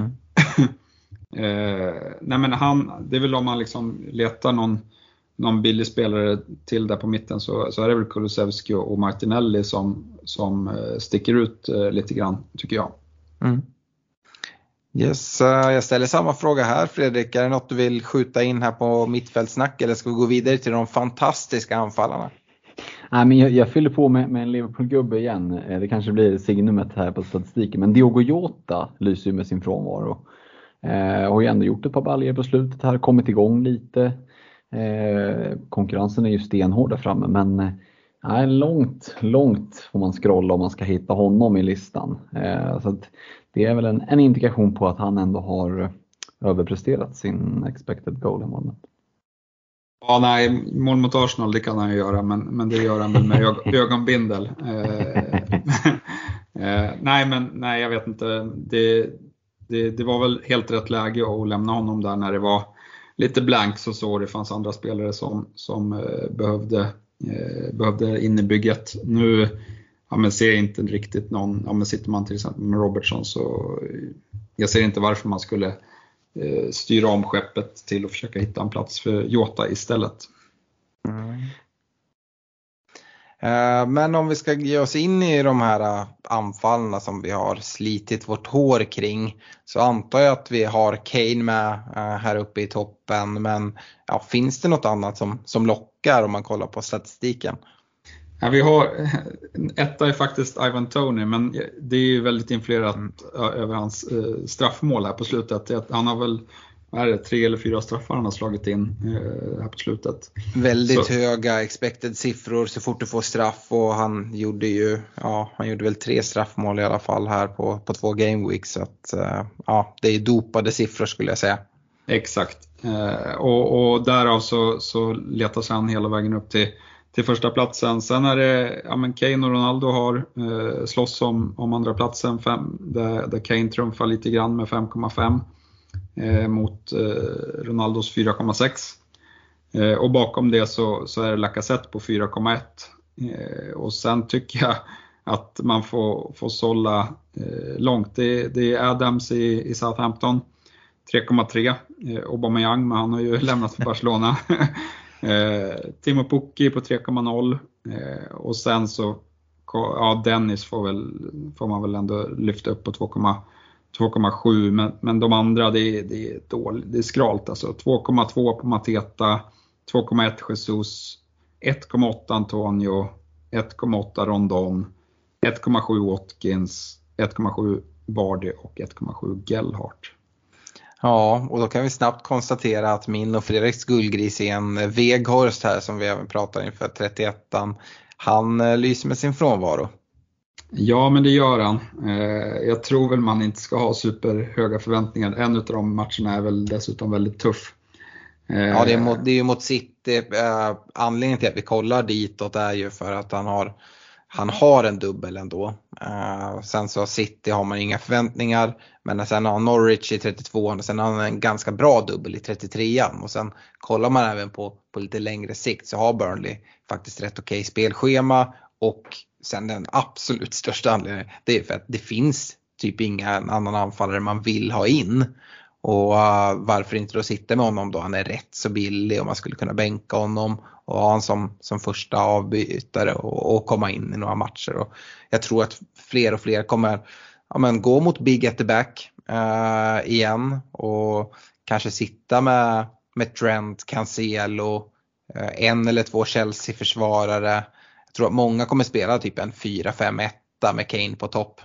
Nej, men det är väl om man liksom letar någon billig spelare till där på mitten, så är det väl Kulusevski och Martinelli som sticker ut lite grann, tycker jag. Yes, jag ställer samma fråga här, Fredrik. Är det något du vill skjuta in här på mittfältsnack, eller ska vi gå vidare till de fantastiska anfallarna? Nej, men jag fyller på med en Liverpool-gubbe igen. Det kanske blir signumet här på statistiken. Men Diogo Jota lyser ju med sin frånvaro. Har ju ändå gjort ett par baljer på slutet här. Kommit igång lite. Konkurrensen är ju stenhård där framme. Men långt får man scrolla om man ska hitta honom i listan. Så att det är väl en indikation på att han ändå har överpresterat sin expected goal involvement. Ja, nej, mål mot Arsenal, det kan han ju göra, men det gör han väl med ögonbindel. Nej, jag vet inte. Det var väl helt rätt läge att lämna honom där när det var lite blank, så det fanns andra spelare som behövde in i bygget. Nu ser jag inte riktigt någon, sitter man till exempel med Robertson, så jag ser inte varför man skulle styra om skeppet till att försöka hitta en plats för Jota istället. Men om vi ska ge oss in i de här anfallarna som vi har slitit vårt hår kring, så antar jag att vi har Kane med här uppe i toppen. Men finns det något annat som lockar om man kollar på statistiken? Ja, vi har etta är faktiskt Ivan Toney, men det är ju väldigt influerat över hans straffmål här på slutet. Han har väl är det 3 eller 4 straffar han har slagit in här på slutet. Väldigt höga expected siffror så fort du får straff, och han gjorde väl 3 straffmål i alla fall här på 2 game weeks, så att det är dopade siffror skulle jag säga. Exakt. Och därav så letar sig han hela vägen upp till första platsen. Sen är det, Kane och Ronaldo har slåss om andra platsen, där Kane trumfar lite grann med 5,5 mot Ronaldos 4,6. Och bakom det så är det Lacazette på 4,1. Och sen tycker jag att man får sålla långt. Det är Adams i Southampton 3,3. Aubameyang, men han har ju lämnat för Barcelona. Timo Pukki på 3,0. Och sen så Dennis får man väl ändå lyfta upp på 2,7. Men de andra det är dåligt, det är skralt alltså. 2,2 på Mateta, 2,1 Jesus, 1,8 Antonio, 1,8 Rondon, 1,7 Watkins, 1,7 Vardy och 1,7 Gellhardt. Ja, och då kan vi snabbt konstatera att min och Fredriks guldgris är en Weghorst här, som vi även pratar inför 31an. Han lyser med sin frånvaro. Ja, men det gör han. Jag tror väl man inte ska ha superhöga förväntningar. En av de matcherna är väl dessutom väldigt tuff. Ja, det är ju mot City. Anledningen till att vi kollar ditåt är ju för att han har en dubbel ändå. Sen så City har man inga förväntningar. Men sen har Norwich i 32an och sen har han en ganska bra dubbel i 33an. Och sen kollar man även på lite längre sikt så har Burnley faktiskt rätt okej spelschema. Och sen den absolut största anledningen, det är för att det finns typ ingen annan anfallare man vill ha in. Och varför inte då sitta med honom då? Han är rätt så billig och man skulle kunna bänka honom och ha honom som första avbytare och komma in i några matcher. Och jag tror att fler och fler kommer gå mot Big at the back igen och kanske sitta med Trent, Cancelo, 1 eller 2 Chelsea-försvarare. Jag tror att många kommer spela typ en 4-5-1 med Kane på topp.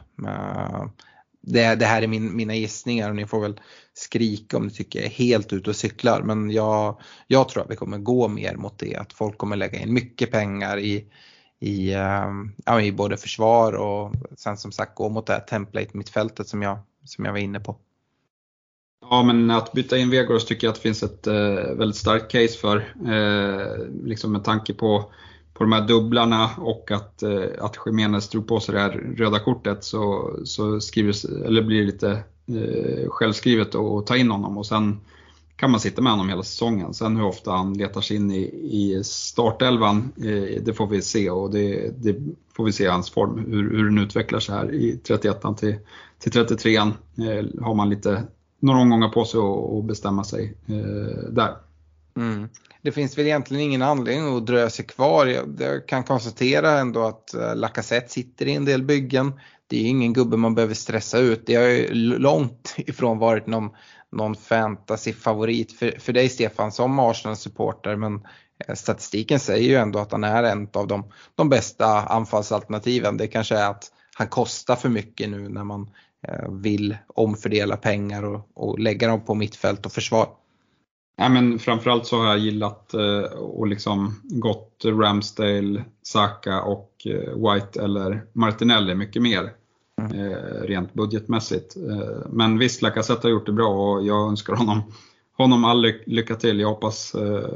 Det här är mina gissningar och ni får väl skrika om ni tycker jag är helt ute och cyklar. Men jag tror att vi kommer gå mer mot det. Att folk kommer lägga in mycket pengar i både försvar och sen som sagt gå mot det här template-mittfältet som jag var inne på. Ja, men att byta in Weghorst tycker jag att det finns ett väldigt starkt case för. Liksom med tanke på de här dubblarna och att Jimenez drog på sig det här röda kortet så blir det lite självskrivet att ta in honom och sen kan man sitta med honom hela säsongen. Sen hur ofta han letar sig in i startelvan, det får vi se och det får vi se hans form, hur den utvecklar sig här i 31an till 33an. Har man några omgångar på sig att bestämma sig där. Mm. Det finns väl egentligen ingen anledning att dröja sig kvar. Jag kan konstatera ändå att Lacazette sitter i en del byggen. Det är ingen gubbe man behöver stressa ut. Det har ju långt ifrån varit någon fantasy-favorit för dig Stefan som Arsenal-supporter. Men statistiken säger ju ändå att han är en av de bästa anfallsalternativen. Det kanske är att han kostar för mycket nu när man vill omfördela pengar och lägga dem på mittfält och försvar. Ja, men framförallt så har jag gillat och liksom gått Ramsdale, Saka och White eller Martinelli mycket mer rent budgetmässigt. Men visst, Lacazette har gjort det bra och jag önskar honom all lycka till. Jag hoppas,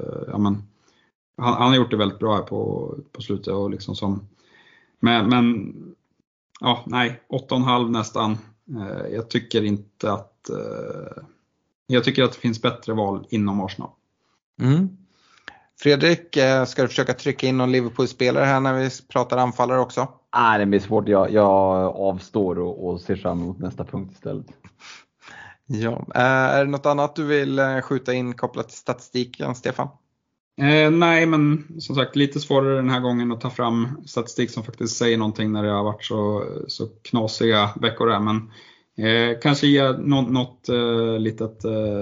han har gjort det väldigt bra här på slutet och liksom men 8,5 nästan. Jag tycker att det finns bättre val inom Arsenal. Fredrik, ska du försöka trycka in någon Liverpool-spelare här när vi pratar anfallare också? Nej, det blir svårt. Jag avstår och ser fram emot nästa punkt istället. Ja, är det något annat du vill skjuta in kopplat till statistiken, Stefan? Nej, men som sagt lite svårare den här gången att ta fram statistik som faktiskt säger någonting när det har varit så knasiga veckor där. Men kanske ge något litet,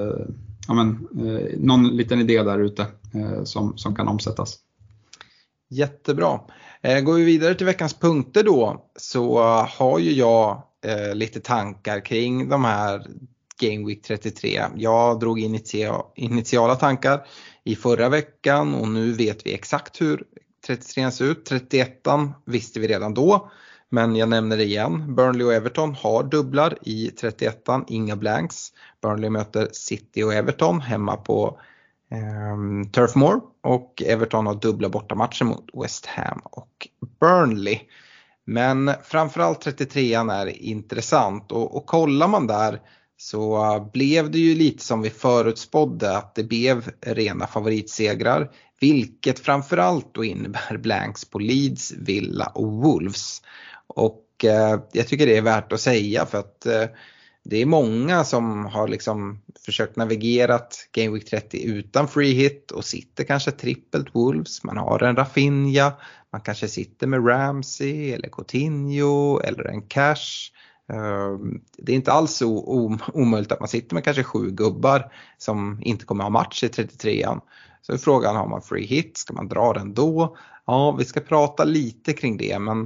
någon liten idé där ute som kan omsättas. Jättebra. Går vi vidare till veckans punkter då så har ju jag lite tankar kring de här Game Week 33. Jag drog initiala tankar i förra veckan och nu vet vi exakt hur 33 ser ut. 31an visste vi redan då, men jag nämner det igen. Burnley och Everton har dubblar i 31an, inga blanks. Burnley möter City och Everton hemma på Turf Moor, och Everton har dubbla bortamatcher mot West Ham och Burnley. Men framförallt 33an är intressant, och kollar man där så blev det ju lite som vi förutspådde, att det blev rena favoritsegrar, vilket framförallt då innebär blanks på Leeds, Villa och Wolves. Och jag tycker det är värt att säga, för att det är många som har liksom försökt navigerat Game Week 30 utan free hit och sitter kanske trippelt Wolves. Man har en Rafinha, man kanske sitter med Ramsey eller Coutinho eller en Cash. Det är inte alls omöjligt att man sitter med kanske 7 gubbar som inte kommer ha match i 33an. Så är frågan, har man free hit? Ska man dra den då? Ja, vi ska prata lite kring det, men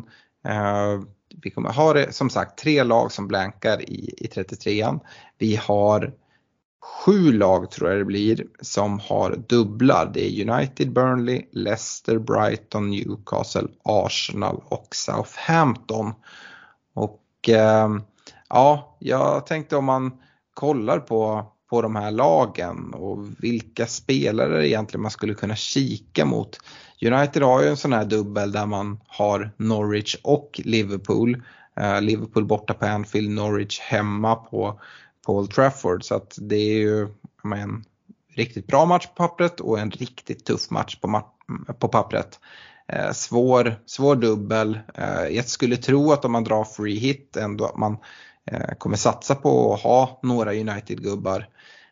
vi kommer ha det, som sagt, 3 lag som blankar i 33an. Vi har 7 lag, tror jag det blir, som har dubblar. Det är United, Burnley, Leicester, Brighton, Newcastle, Arsenal och Southampton. Och ja, jag tänkte om man kollar på de här lagen och vilka spelare egentligen man skulle kunna kika mot. United har ju en sån här dubbel där man har Norwich och Liverpool. Liverpool borta på Anfield, Norwich hemma på Old Trafford. Så att det är ju en riktigt bra match på pappret och en riktigt tuff match på pappret. Svår dubbel. Jag skulle tro att om man drar free hit ändå att man kommer satsa på att ha några United-gubbar.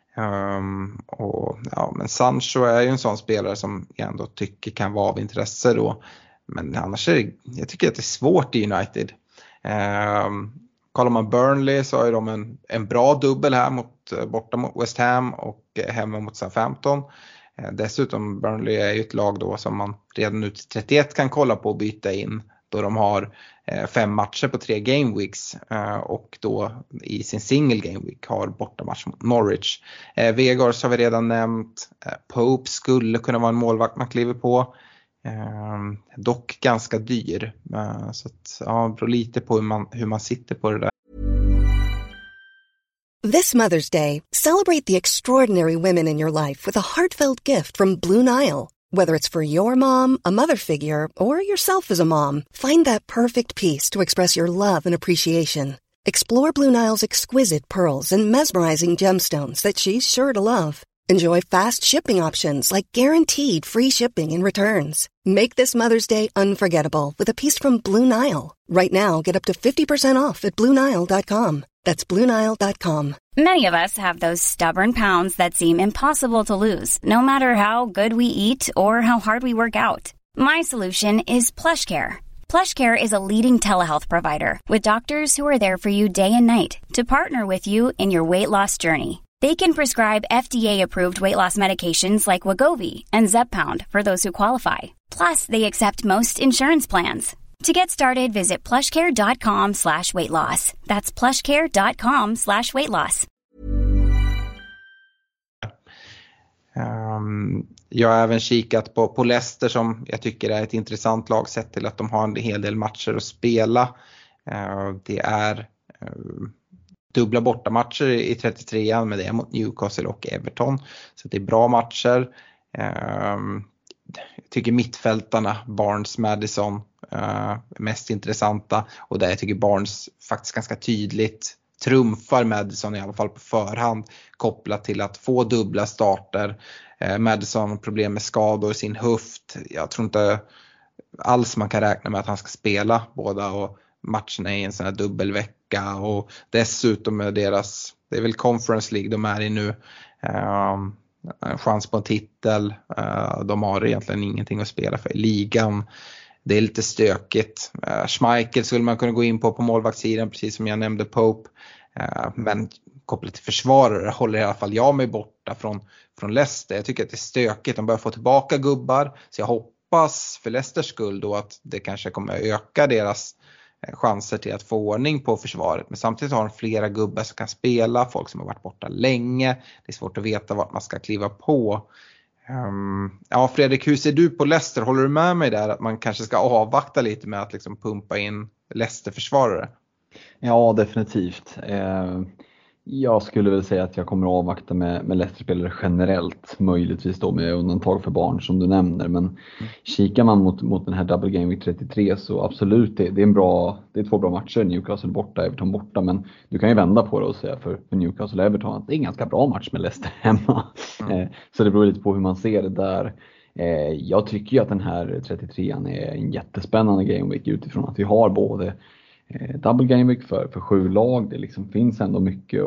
Och ja, men Sancho är ju en sån spelare som jag ändå tycker kan vara av intresse då. Men annars jag tycker att det är svårt i United. Kollar man Burnley så har de en bra dubbel här borta mot West Ham och hemma mot Southampton. Dessutom Burnley är ju ett lag då som man redan nu till 31 kan kolla på och byta in, då de har 5 matcher på 3 game weeks och då i sin single game week har bortamatch mot Norwich. Vegors har vi redan nämnt. Pope skulle kunna vara en målvakt man kliver på. Dock ganska dyr. Så att, ja, beror lite på hur man sitter på det där. This Mother's Day, celebrate the extraordinary women in your life with a heartfelt gift from Blue Nile. Whether it's for your mom, a mother figure, or yourself as a mom, find that perfect piece to express your love and appreciation. Explore Blue Nile's exquisite pearls and mesmerizing gemstones that she's sure to love. Enjoy fast shipping options like guaranteed free shipping and returns. Make this Mother's Day unforgettable with a piece from Blue Nile. Right now, get up to 50% off at BlueNile.com. That's BlueNile.com. Many of us have those stubborn pounds that seem impossible to lose, no matter how good we eat or how hard we work out. My solution is PlushCare. PlushCare is a leading telehealth provider with doctors who are there for you day and night to partner with you in your weight loss journey. They can prescribe FDA-approved weight loss medications like Wegovy and Zepbound for those who qualify. Plus, they accept most insurance plans. To get started, visit plushcare.com/weightloss. That's plushcare.com/weightloss. Jag har även kikat på Leicester, som jag tycker är ett intressant lag sett till att de har en hel del matcher att spela. Det är dubbla bortamatcher i 33an, med det mot Newcastle och Everton. Så det är bra matcher. Jag tycker mittfältarna Barnes, Maddison mest intressanta, och där jag tycker Barnes faktiskt ganska tydligt trumfar Maddison, i alla fall på förhand, kopplat till att få dubbla starter. Maddison har problem med skador i sin höft. Jag tror inte alls man kan räkna med att han ska spela båda och matcherna i en sån här dubbelvecka, och dessutom med det är väl Conference League de är i nu, en chans på en titel. De har egentligen ingenting att spela för i ligan. Det är lite stökigt. Schmeichel skulle man kunna gå in på målvaktssidan, precis som jag nämnde Pope. Men kopplat till försvarare håller i alla fall jag mig borta från Leicester. Jag tycker att det är stökigt. De börjar få tillbaka gubbar. Så jag hoppas för Leicesters skull då att det kanske kommer öka deras chanser till att få ordning på försvaret. Men samtidigt har de flera gubbar som kan spela, folk som har varit borta länge. Det är svårt att veta vart man ska kliva på. Ja, Fredrik, hur ser du på Leicester? Håller du med mig där att man kanske ska avvakta lite med att liksom pumpa in Leicester-försvarare? Ja, definitivt. Jag skulle väl säga att jag kommer att avvakta med Leicester-spelare generellt, möjligtvis då med undantag för barn som du nämner. Men kikar man mot den här Double Game Week 33 så absolut, det är 2 bra matcher, Newcastle borta, Everton borta. Men du kan ju vända på det och säga för Newcastle och Everton att det är en ganska bra match med Leicester hemma. Så det beror lite på hur man ser det där. Jag tycker ju att den här 33an är en jättespännande Game Week utifrån att vi har både Double Game Week för 7 lag. Det liksom finns ändå mycket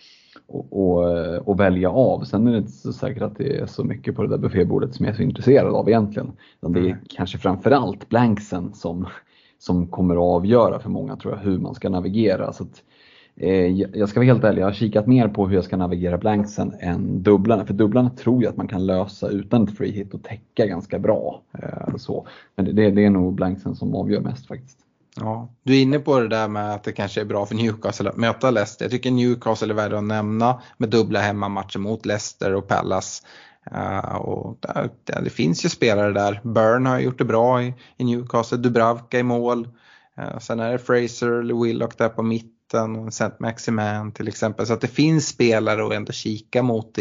att välja av. Sen är det inte så säkert att det är så mycket på det där buffébordet som jag är så intresserad av egentligen. Det är kanske framförallt blanksen som kommer att avgöra för många, tror jag, hur man ska navigera. Så att, jag ska vara helt ärlig, jag har kikat mer på hur jag ska navigera blanksen än dubblarna. För dubblarna tror jag att man kan lösa utan ett free hit och täcka ganska bra. Men det är nog blanksen som avgör mest faktiskt. Ja, du är inne på det där med att det kanske är bra för Newcastle att möta Leicester. Jag tycker Newcastle är värd att nämna med dubbla hemmamatcher mot Leicester och Palace. Och det finns ju spelare där. Burn har gjort det bra i Newcastle, Dubravka i mål. Sen är det Fraser eller Willock där på mitten och Saint-Maximin till exempel. Så att det finns spelare att ändå kika mot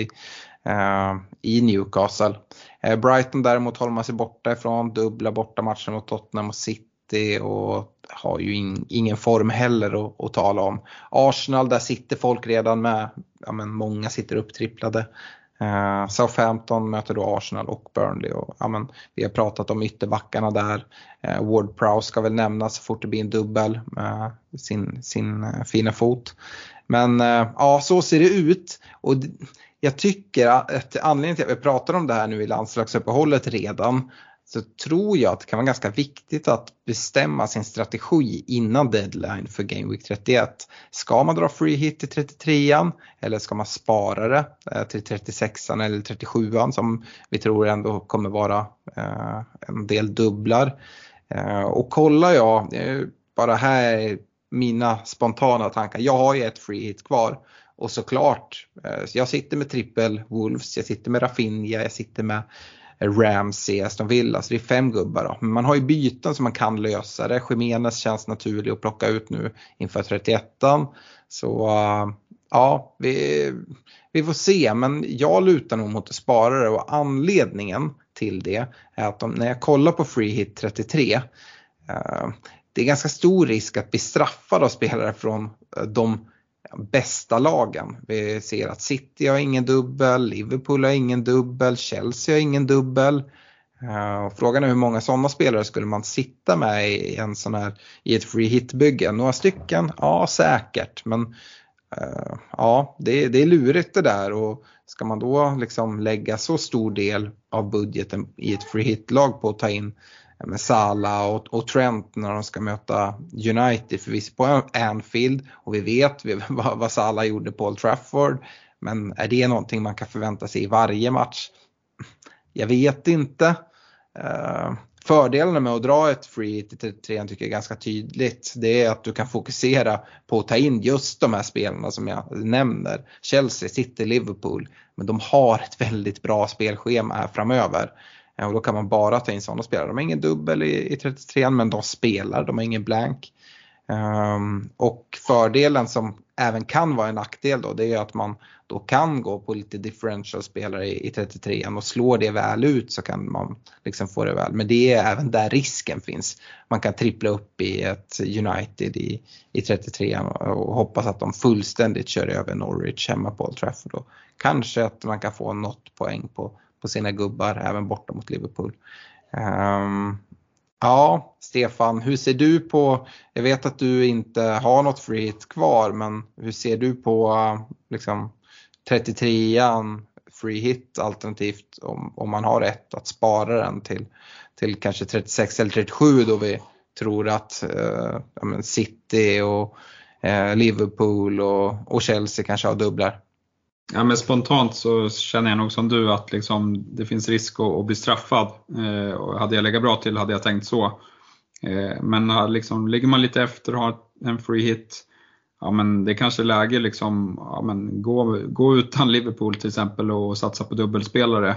i Newcastle. Brighton däremot håller man sig borta ifrån, dubbla borta matcher mot Tottenham och City. Och har ju ingen form heller att tala om. Arsenal, där sitter folk redan med. Ja, men många sitter upptripplade. Southampton möter då Arsenal och Burnley. Och, ja, men vi har pratat om ytterbackarna där. Ward-Prowse ska väl nämnas så fort det blir en dubbel med sin fina fot. Men ja, så ser det ut. Och jag tycker att anledningen till att vi pratar om det här nu i landslagsuppehållet redan, så tror jag att det kan vara ganska viktigt att bestämma sin strategi innan deadline för Game Week 31. Ska man dra free hit till 33an eller ska man spara det till 36an eller 37an som vi tror ändå kommer vara en del dubblar. Och kollar jag, bara här mina spontana tankar, jag har ju ett free hit kvar. Och såklart, jag sitter med triple Wolves, jag sitter med Rafinha, jag sitter med Ramsey, Aston Villa, så det är 5 gubbar då. Men man har ju byten som man kan lösa det. Jimenez känns naturlig att plocka ut nu inför 31an. Så ja, vi får se. Men jag lutar nog mot att spara det. Och anledningen till det är att när jag kollar på free hit 33, det är ganska stor risk att bli straffad av spelare från de bästa lagen. Vi ser att City har ingen dubbel, Liverpool har ingen dubbel, Chelsea har ingen dubbel. Frågan är hur många sådana spelare skulle man sitta med i ett free hit-bygge? Några stycken? Ja, säkert. Men ja, det är lurigt det där. Och ska man då liksom lägga så stor del av budgeten i ett free hit-lag på att ta in med Salah och Trent när de ska möta United, för vi är på Anfield och vi vet vad Salah gjorde på Old Trafford, men är det någonting man kan förvänta sig i varje match? Jag vet inte. Fördelen med att dra ett free hit i 33 tycker jag är ganska tydligt. Det är att du kan fokusera på att ta in just de här spelarna som jag nämner. Chelsea, City, Liverpool, men de har ett väldigt bra spelschema här framöver. Och då kan man bara ta in sådana spelare. De har ingen dubbel i 33, men de spelar. De har ingen blank. Och fördelen som även kan vara en nackdel då, det är att man då kan gå på lite differential spelare i 33 och slår det väl ut så kan man liksom få det väl. Men det är även där risken finns. Man kan trippla upp i ett United i 33 och hoppas att de fullständigt kör över Norwich hemma på Old Trafford. Och kanske att man kan få något poäng på sina gubbar även borta mot Liverpool. Ja, Stefan, hur ser du på, jag vet att du inte har något free hit kvar, men hur ser du på liksom 33an free hit alternativt om man har rätt att spara den till kanske 36 eller 37 då vi tror att City och Liverpool och Chelsea kanske har dubblar? Ja, men spontant så känner jag nog som du att liksom, det finns risk att bli straffad. Och hade jag legat bra till hade jag tänkt så. Men liksom, ligger man lite efter och har en free hit, ja, men det kanske är läge liksom, ja, men gå utan Liverpool till exempel och satsa på dubbelspelare.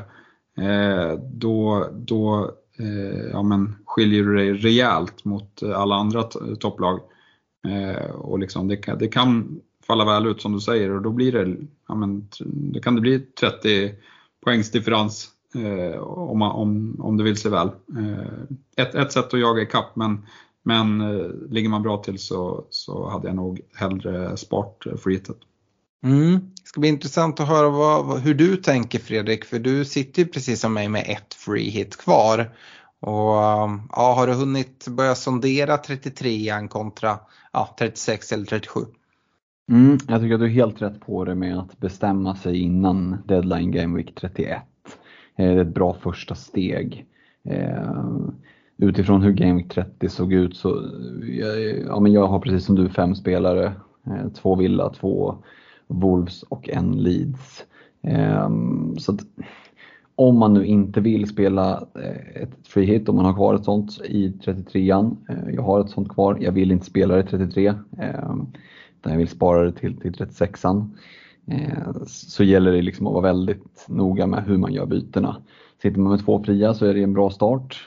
Då ja, men skiljer du dig rejält mot alla andra topplag. Och liksom, det kan falla väl ut som du säger, och då blir det, ja, men, då kan det bli 30 poängs differens om det vill sig väl. Ett sätt att jaga i kapp, men ligger man bra till så hade jag nog hellre spart freehitet. Det ska bli intressant att höra hur du tänker, Fredrik, för du sitter ju precis som mig med ett free hit kvar. Och ja, har du hunnit börja sondera 33an kontra 36 eller 37? Jag tycker att du är helt rätt på det med att bestämma sig innan deadline game week 31. Det är ett bra första steg. Utifrån hur game week 30 såg ut så men jag har precis som du 5 spelare, 2 Villa, 2 Wolves och 1 Leeds. Så att om man nu inte vill spela ett free hit, om man har kvar ett sånt i 33an, jag har ett sånt kvar, jag vill inte spela det i 33, utan jag vill spara det till 36an, så gäller det liksom att vara väldigt noga med hur man gör bytena. Sitter man med 2 fria så är det en bra start,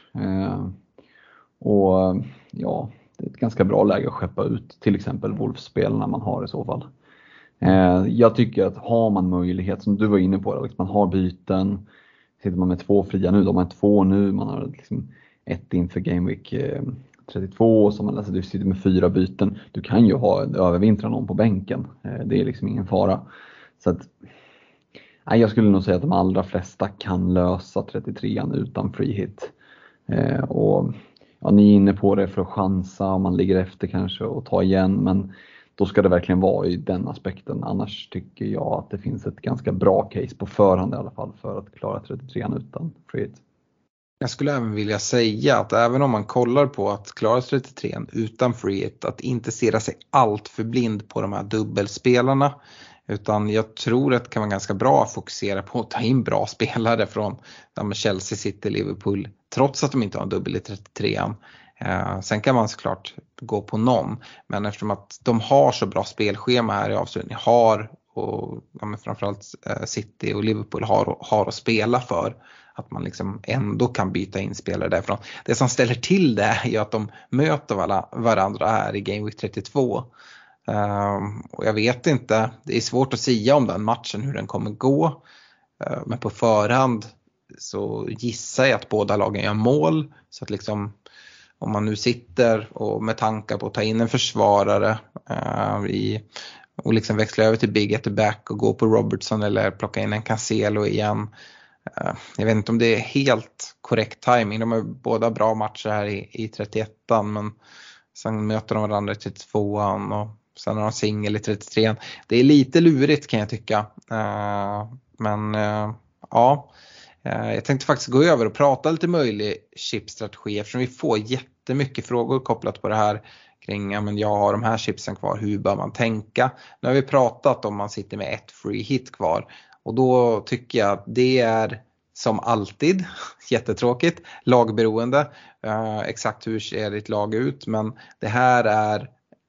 och ja, det är ett ganska bra läge att skeppa ut till exempel Wolves-spelarna man har i så fall. Jag tycker att har man möjlighet, som du var inne på, liksom man har byten, sitter man med 2 fria nu, de har 2 nu, man har liksom 1 inför Game Week 32, som man, alltså du sitter med 4 byten, du kan ju ha övervintra någon på bänken, det är liksom ingen fara. Så att, jag skulle nog säga att de allra flesta kan lösa 33an utan free hit. Och ja, ni är inne på det för att chansa om man ligger efter kanske och ta igen, men då ska det verkligen vara i den aspekten. Annars tycker jag att det finns ett ganska bra case på förhand i alla fall för att klara 33an utan free hit. Jag skulle även vilja säga att även om man kollar på att klara 33an utan free hit, att inte se sig allt för blind på de här dubbelspelarna. Utan jag tror att det kan vara ganska bra att fokusera på att ta in bra spelare från Chelsea, City, Liverpool, trots att de inte har en dubbel i 33an. Sen kan man såklart gå på någon, men eftersom att de har så bra spelschema här i avslutningen, och framförallt City och Liverpool har att spela för, att man liksom ändå kan byta in spelare därifrån. Det som ställer till det är ju att de möter varandra här i Game Week 32. Och jag vet inte, det är svårt att säga om den matchen hur den kommer gå, men på förhand så gissar jag att båda lagen gör mål, så att liksom om man nu sitter och med tankar på att ta in en försvarare och liksom växla över till Big at the back och gå på Robertson eller plocka in en Cancelo igen. Jag vet inte om det är helt korrekt timing. De har båda bra matcher här i 31an, men sen möter de varandra i 32an och sen har de singel i 33an. Det är lite lurigt kan jag tycka. Men ja, jag tänkte faktiskt gå över och prata lite möjlig chipstrategi, eftersom vi får jättemycket frågor kopplat på det här kring, men jag har de här chipsen kvar, hur bör man tänka? Nu har vi pratat om man sitter med ett free hit kvar, och då tycker jag att det är som alltid jättetråkigt, lagberoende. Exakt hur ser ditt lag ut, men det här är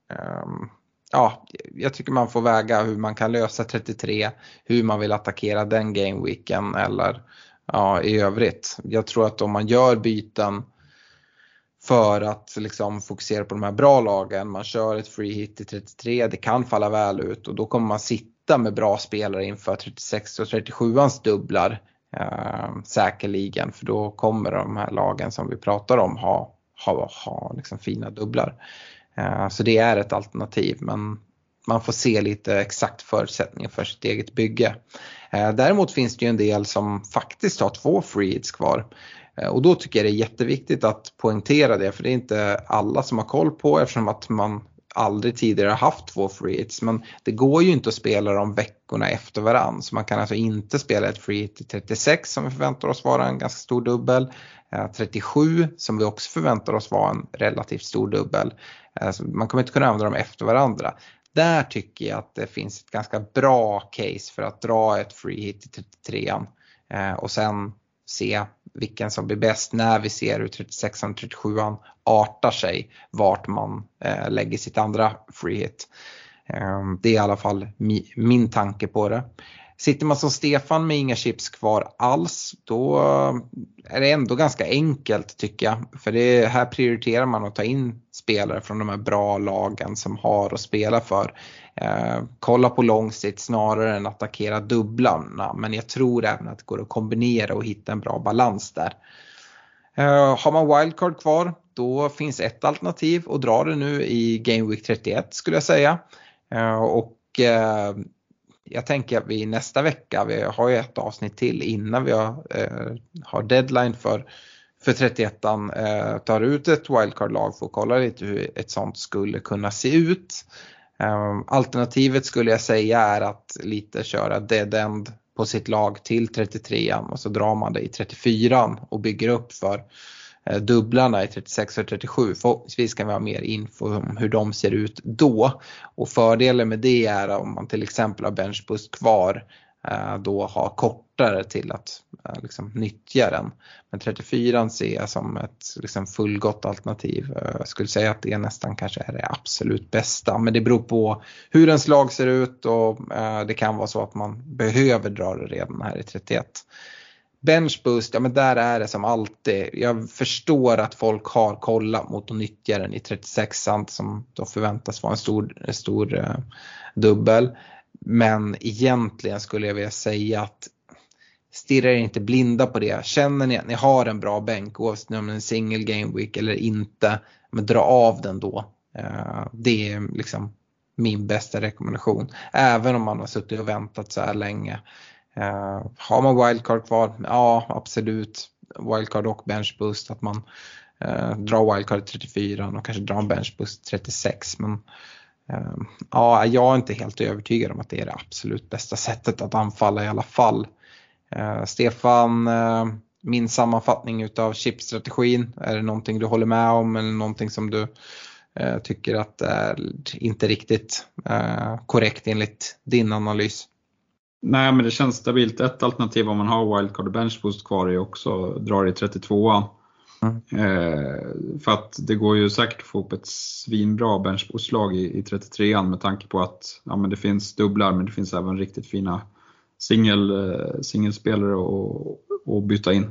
jag tycker man får väga hur man kan lösa 33, hur man vill attackera den gameweeken eller i övrigt. Jag tror att om man gör byten för att liksom fokusera på de här bra lagen, man kör ett free hit i 33, det kan falla väl ut, och då kommer man sitta med bra spelare inför 36 och 37ans dubblar säkerligen, för då kommer de här lagen som vi pratar om ha liksom fina dubblar. Så det är ett alternativ, men man får se lite exakt förutsättningar för sitt eget bygge. Däremot finns det ju en del som faktiskt har 2 free hits kvar. Och då tycker jag det är jätteviktigt att poängtera det, för det är inte alla som har koll på, eftersom att man aldrig tidigare har haft 2 free hits. Men det går ju inte att spela de veckorna efter varann, så man kan alltså inte spela ett free hit i 36 som vi förväntar oss vara en ganska stor dubbel, 37 som vi också förväntar oss vara en relativt stor dubbel. Man kommer inte kunna använda dem efter varandra. Där tycker jag att det finns ett ganska bra case för att dra ett free hit i 33an och sen se vilken som blir bäst när vi ser hur 36an och 37an artar sig, vart man lägger sitt andra free hit. Det är i alla fall min tanke på det. Sitter man som Stefan med inga chips kvar alls, då är det ändå ganska enkelt tycker jag. För här prioriterar man att ta in spelare från de här bra lagen som har att spela för. Kolla på långsikt snarare än att attackera dubblarna. Men jag tror även att det går att kombinera och hitta en bra balans där. Har man wildcard kvar, då finns ett alternativ och dra det nu i Game Week 31 skulle jag säga. Jag tänker att vi nästa vecka, vi har ju ett avsnitt till innan vi har deadline för 31an, tar ut ett wildcard-lag för att kolla lite hur ett sånt skulle kunna se ut. Alternativet skulle jag säga är att lite köra dead end på sitt lag till 33an och så drar man det i 34an och bygger upp för dubblarna i 36 och 37. Förhoppningsvis kan vi ha mer info om hur de ser ut då. Och fördelen med det är om man till exempel har benchboost kvar, då ha kortare till att liksom nyttja den. Men 34an ser jag som ett liksom fullgott alternativ. Jag skulle säga att det nästan kanske är det absolut bästa. Men det beror på hur ens lag ser ut och det kan vara så att man behöver dra det redan här i 31. Benchboost, ja men där är det som alltid. Jag förstår att folk har kollat mot att nyttja den i 36an som då förväntas vara en stor dubbel. Men egentligen skulle jag vilja säga att stirra er inte blinda på det. Känner ni att ni har en bra bänk, oavsett om det är en single game week eller inte, men dra av den då. Det är liksom min bästa rekommendation. Även om man har suttit och väntat så här länge. Har man wildcard kvar? Ja, absolut. Wildcard och benchboost. Att man drar wildcard 34 och kanske drar en benchboost 36. Men ja, jag är inte helt övertygad om att det är det absolut bästa sättet att anfalla i alla fall. Stefan, min sammanfattning utav chipstrategin, är det någonting du håller med om eller någonting som du tycker att är inte riktigt korrekt enligt din analys? Nej, men det känns stabilt. Ett alternativ om man har wildcard och benchboost kvar är också drar i 32an. För att det går ju säkert att få upp ett svinbra benchboostlag i 33an med tanke på att ja, men det finns dubblar, men det finns även riktigt fina singelspelare att byta in.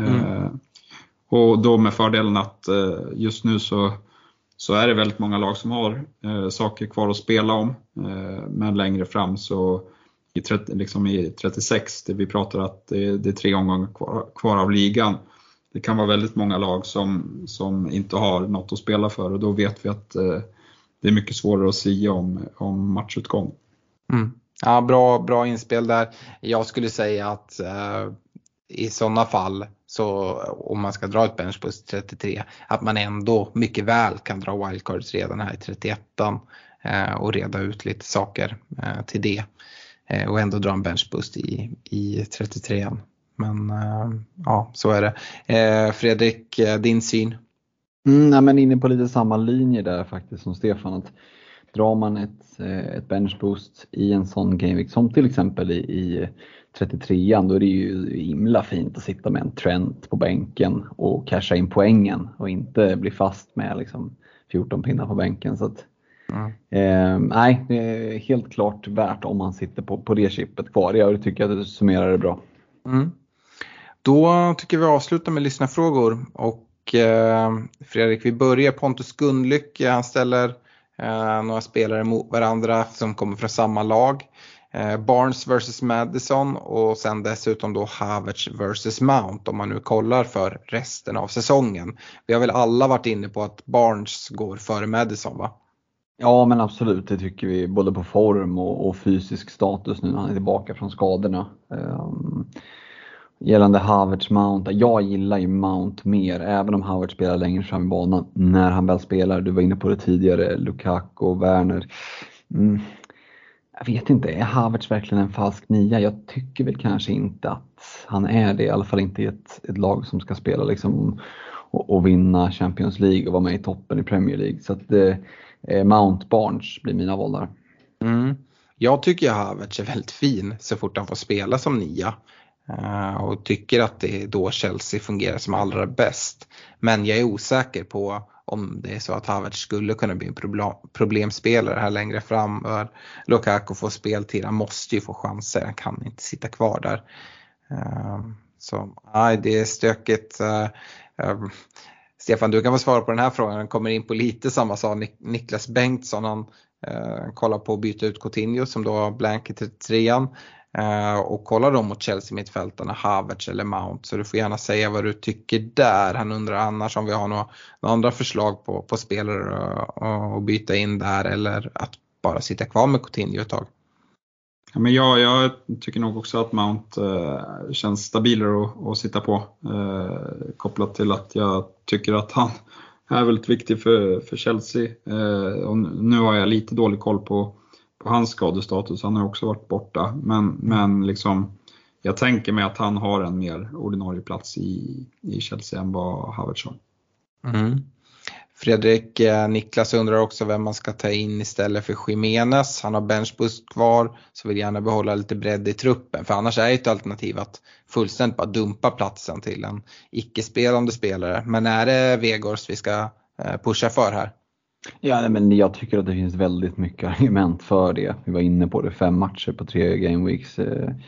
Och då med fördelen att just nu så är det väldigt många lag som har saker kvar att spela om. Men längre fram så i 36, det vi pratar att det är 3 omgångar kvar av ligan. Det kan vara väldigt många lag som inte har något att spela för, och då vet vi att det är mycket svårare att säga om matchutgång. Ja, bra inspel där. Jag skulle säga att i sådana fall, så om man ska dra ett benchboost 33, att man ändå mycket väl kan dra wildcards redan här i 31an och reda ut lite saker till det. Och ändå dra en benchboost i 33an. Men ja, så är det. Fredrik, din syn? Nej, men inne på lite samma linje där faktiskt som Stefan. Att drar man ett benchboost i en sån gameweek som till exempel i 33an, då är det ju himla fint att sitta med en Trent på bänken och casha in poängen och inte bli fast med liksom 14 pinnar på bänken. Så att nej, det är helt klart värt om man sitter på det chippet kvar. Jag tycker att det summerar det bra. Då tycker vi avslutar med lyssnarfrågor. Och Fredrik, vi börjar. Pontus Gundlyck, han ställer några spelare mot varandra som kommer från samma lag. Barnes vs Madison och sen dessutom då Havertz vs Mount, om man nu kollar för resten av säsongen. Vi har väl alla varit inne på att Barnes går före Madison, va? Ja, men absolut, det tycker vi, både på form och fysisk status nu när han är tillbaka från skadorna. Gällande Havertz Mount, jag gillar ju Mount mer, även om Havertz spelar längre fram i banan när han väl spelar. Du var inne på det tidigare, Lukaku och Werner. Jag vet inte, är Havertz verkligen en falsk nia? Jag tycker väl kanske inte att han är det, i alla fall inte i ett lag som ska spela liksom och vinna Champions League och vara med i toppen i Premier League. Så att Mount Barnes blir mina val där. Jag tycker Havertz är väldigt fin så fort han får spela som nia. Och tycker att det är då Chelsea fungerar som allra bäst. Men jag är osäker på om det är så att Havertz skulle kunna bli en problemspelare här längre fram. Lukaku får speltid, han måste ju få chanser, han kan inte sitta kvar där. Så det är stökigt. Stefan, du kan få svara på den här frågan. Han kommer in på lite samma sak. Niklas Bengtsson, han kollar på att byta ut Coutinho som då har blank i 33an. Och kollar då mot Chelsea mittfältarna, Havertz eller Mount. Så du får gärna säga vad du tycker där. Han undrar annars om vi har några andra förslag på spelare att byta in där, eller att bara sitta kvar med Coutinho ett tag. Ja, men jag tycker nog också att Mount känns stabilare att sitta på. Kopplat till att jag tycker att han är väldigt viktig för Chelsea. Och nu har jag lite dålig koll på hans skadestatus. Han har också varit borta. Men liksom, jag tänker mig att han har en mer ordinarie plats i Chelsea än vad Havertz har. Fredrik, Niklas undrar också vem man ska ta in istället för Jimenez. Han har benchboost kvar, så vill gärna behålla lite bredd i truppen. För annars är ett alternativ att fullständigt bara dumpa platsen till en icke-spelande spelare. Men är det Weghorst vi ska pusha för här? Ja, men jag tycker att det finns väldigt mycket argument för det. Vi var inne på det, 5 matcher på 3 gameweeks.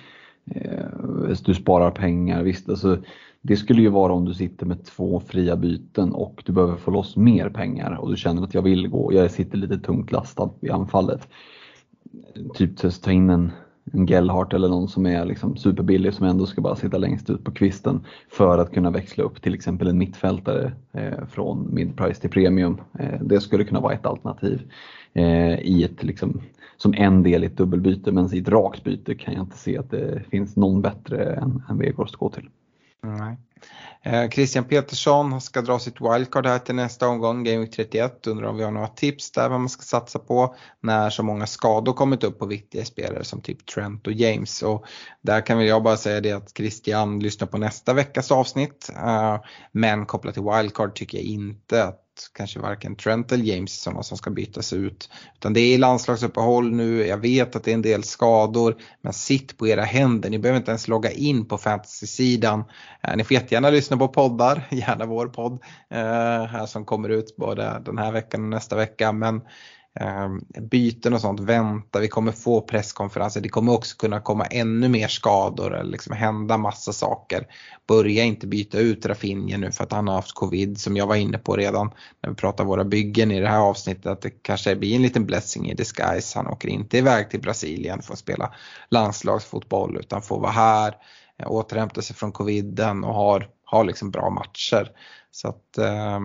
Du sparar pengar, visst. Alltså, det skulle ju vara om du sitter med 2 fria byten och du behöver få loss mer pengar. Och du känner att jag vill gå, jag sitter lite tungt lastad i anfallet. Typ ta in en Gellhardt eller någon som är liksom superbillig, som ändå ska bara sitta längst ut på kvisten för att kunna växla upp till exempel en mittfältare från midprice till premium. Det skulle kunna vara ett alternativ i ett liksom, som en del i ett dubbelbyte, men i ett rakt byte kan jag inte se att det finns någon bättre än Weghorst att gå till. Nej. Christian Petersson ska dra sitt wildcard här till nästa omgång, Game Week 31. Undrar om vi har några tips där vad man ska satsa på när så många skador kommit upp på viktiga spelare som typ Trent och James. Och där kan väl jag bara säga det att Christian lyssnar på nästa veckas avsnitt. Men kopplat till wildcard tycker jag inte att kanske varken Trent eller James är sådana som ska bytas ut. Utan det är landslagsuppehåll nu. Jag vet att det är en del skador. Men sitt på era händer. Ni behöver inte ens logga in på fantasy-sidan. Ni får jättegärna lyssna på poddar. Gärna vår podd. Här som kommer ut både den här veckan och nästa vecka. Men byten och sånt vänta. Vi kommer få presskonferenser. Det kommer också kunna komma ännu mer skador. Eller liksom hända massa saker. Börja inte byta ut Rafinha nu för att han har haft covid, som jag var inne på redan när vi pratar våra byggen i det här avsnittet, att det kanske blir en liten blessing i disguise. Han åker inte iväg till Brasilien för att spela landslagsfotboll utan får vara här, återhämta sig från coviden och har liksom bra matcher. Så att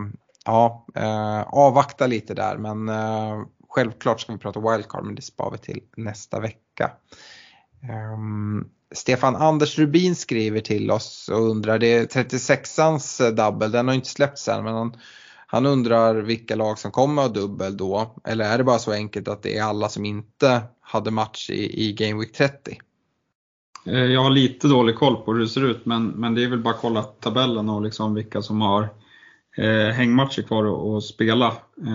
avvakta lite där, men självklart ska vi prata wildcard, men det sparar vi till nästa vecka. Stefan Anders Rubin skriver till oss och undrar, det är 36ans double, den har inte släppts än, men han undrar vilka lag som kommer att ha dubbel då, eller är det bara så enkelt att det är alla som inte hade match i Game Week 30? Jag har lite dålig koll på hur det ser ut, men det är väl bara att kolla tabellen och liksom vilka som har hängmatcher kvar och spela.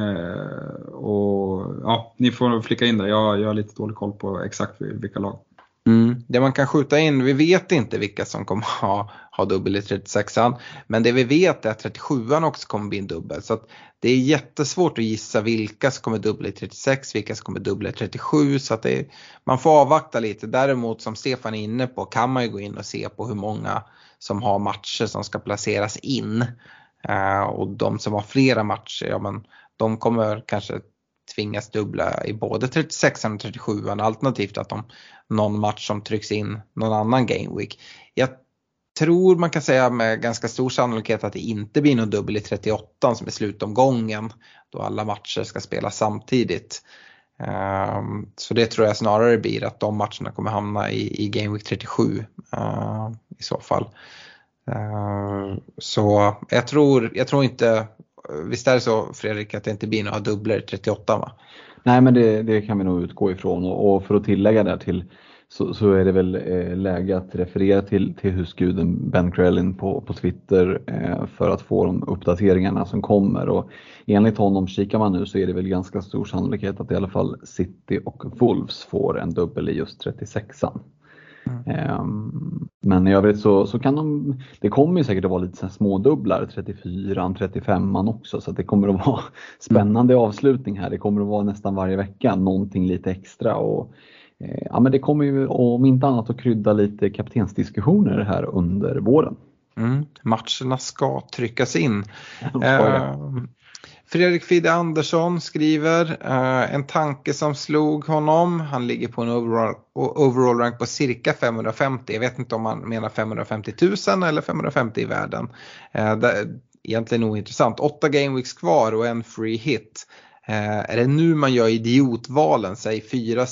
Och ja, ni får flicka in det. Jag har lite dålig koll på exakt vilka lag. Det man kan skjuta in, vi vet inte vilka som kommer ha dubbel i 36an, men det vi vet är att 37an också kommer bli en dubbel, så att det är jättesvårt att gissa vilka som kommer dubbla i 36, vilka som kommer dubbla i 37, så att man får avvakta lite. Däremot som Stefan är inne på kan man ju gå in och se på hur många som har matcher som ska placeras in, och de som har flera matcher, ja, men de kommer kanske tvingas dubbla i både 36an och 37an, alternativt att någon match som trycks in någon annan game week. Jag tror man kan säga med ganska stor sannolikhet att det inte blir någon dubbel i 38 som är slutomgången, då alla matcher ska spelas samtidigt. Så det tror jag snarare blir att de matcherna kommer hamna i game week 37 i så fall. Så jag tror inte, visst är det så Fredrik att det inte blir några dubbler i 38, va? Nej, men det kan vi nog utgå ifrån, och för att tillägga där till så är det väl läge att referera till husguden Ben Crellin på Twitter för att få de uppdateringarna som kommer, och enligt honom, kikar man nu, så är det väl ganska stor sannolikhet att i alla fall City och Wolves får en dubbel i just 36an. Men i övrigt så kan det kommer ju säkert att vara lite så här smådubblar, 34, 35 också, så att det kommer att vara spännande avslutning här. Det kommer att vara nästan varje vecka någonting lite extra, och ja, men det kommer ju om inte annat att krydda lite kaptensdiskussioner här under våren. Matcherna ska tryckas in. Fredrik Fidde Andersson skriver en tanke som slog honom. Han ligger på en overall rank på cirka 550. Jag vet inte om man menar 550 000 eller 550 i världen. Det är egentligen ointressant. 8 game weeks kvar och en free hit. Är det nu man gör idiotvalen? Säg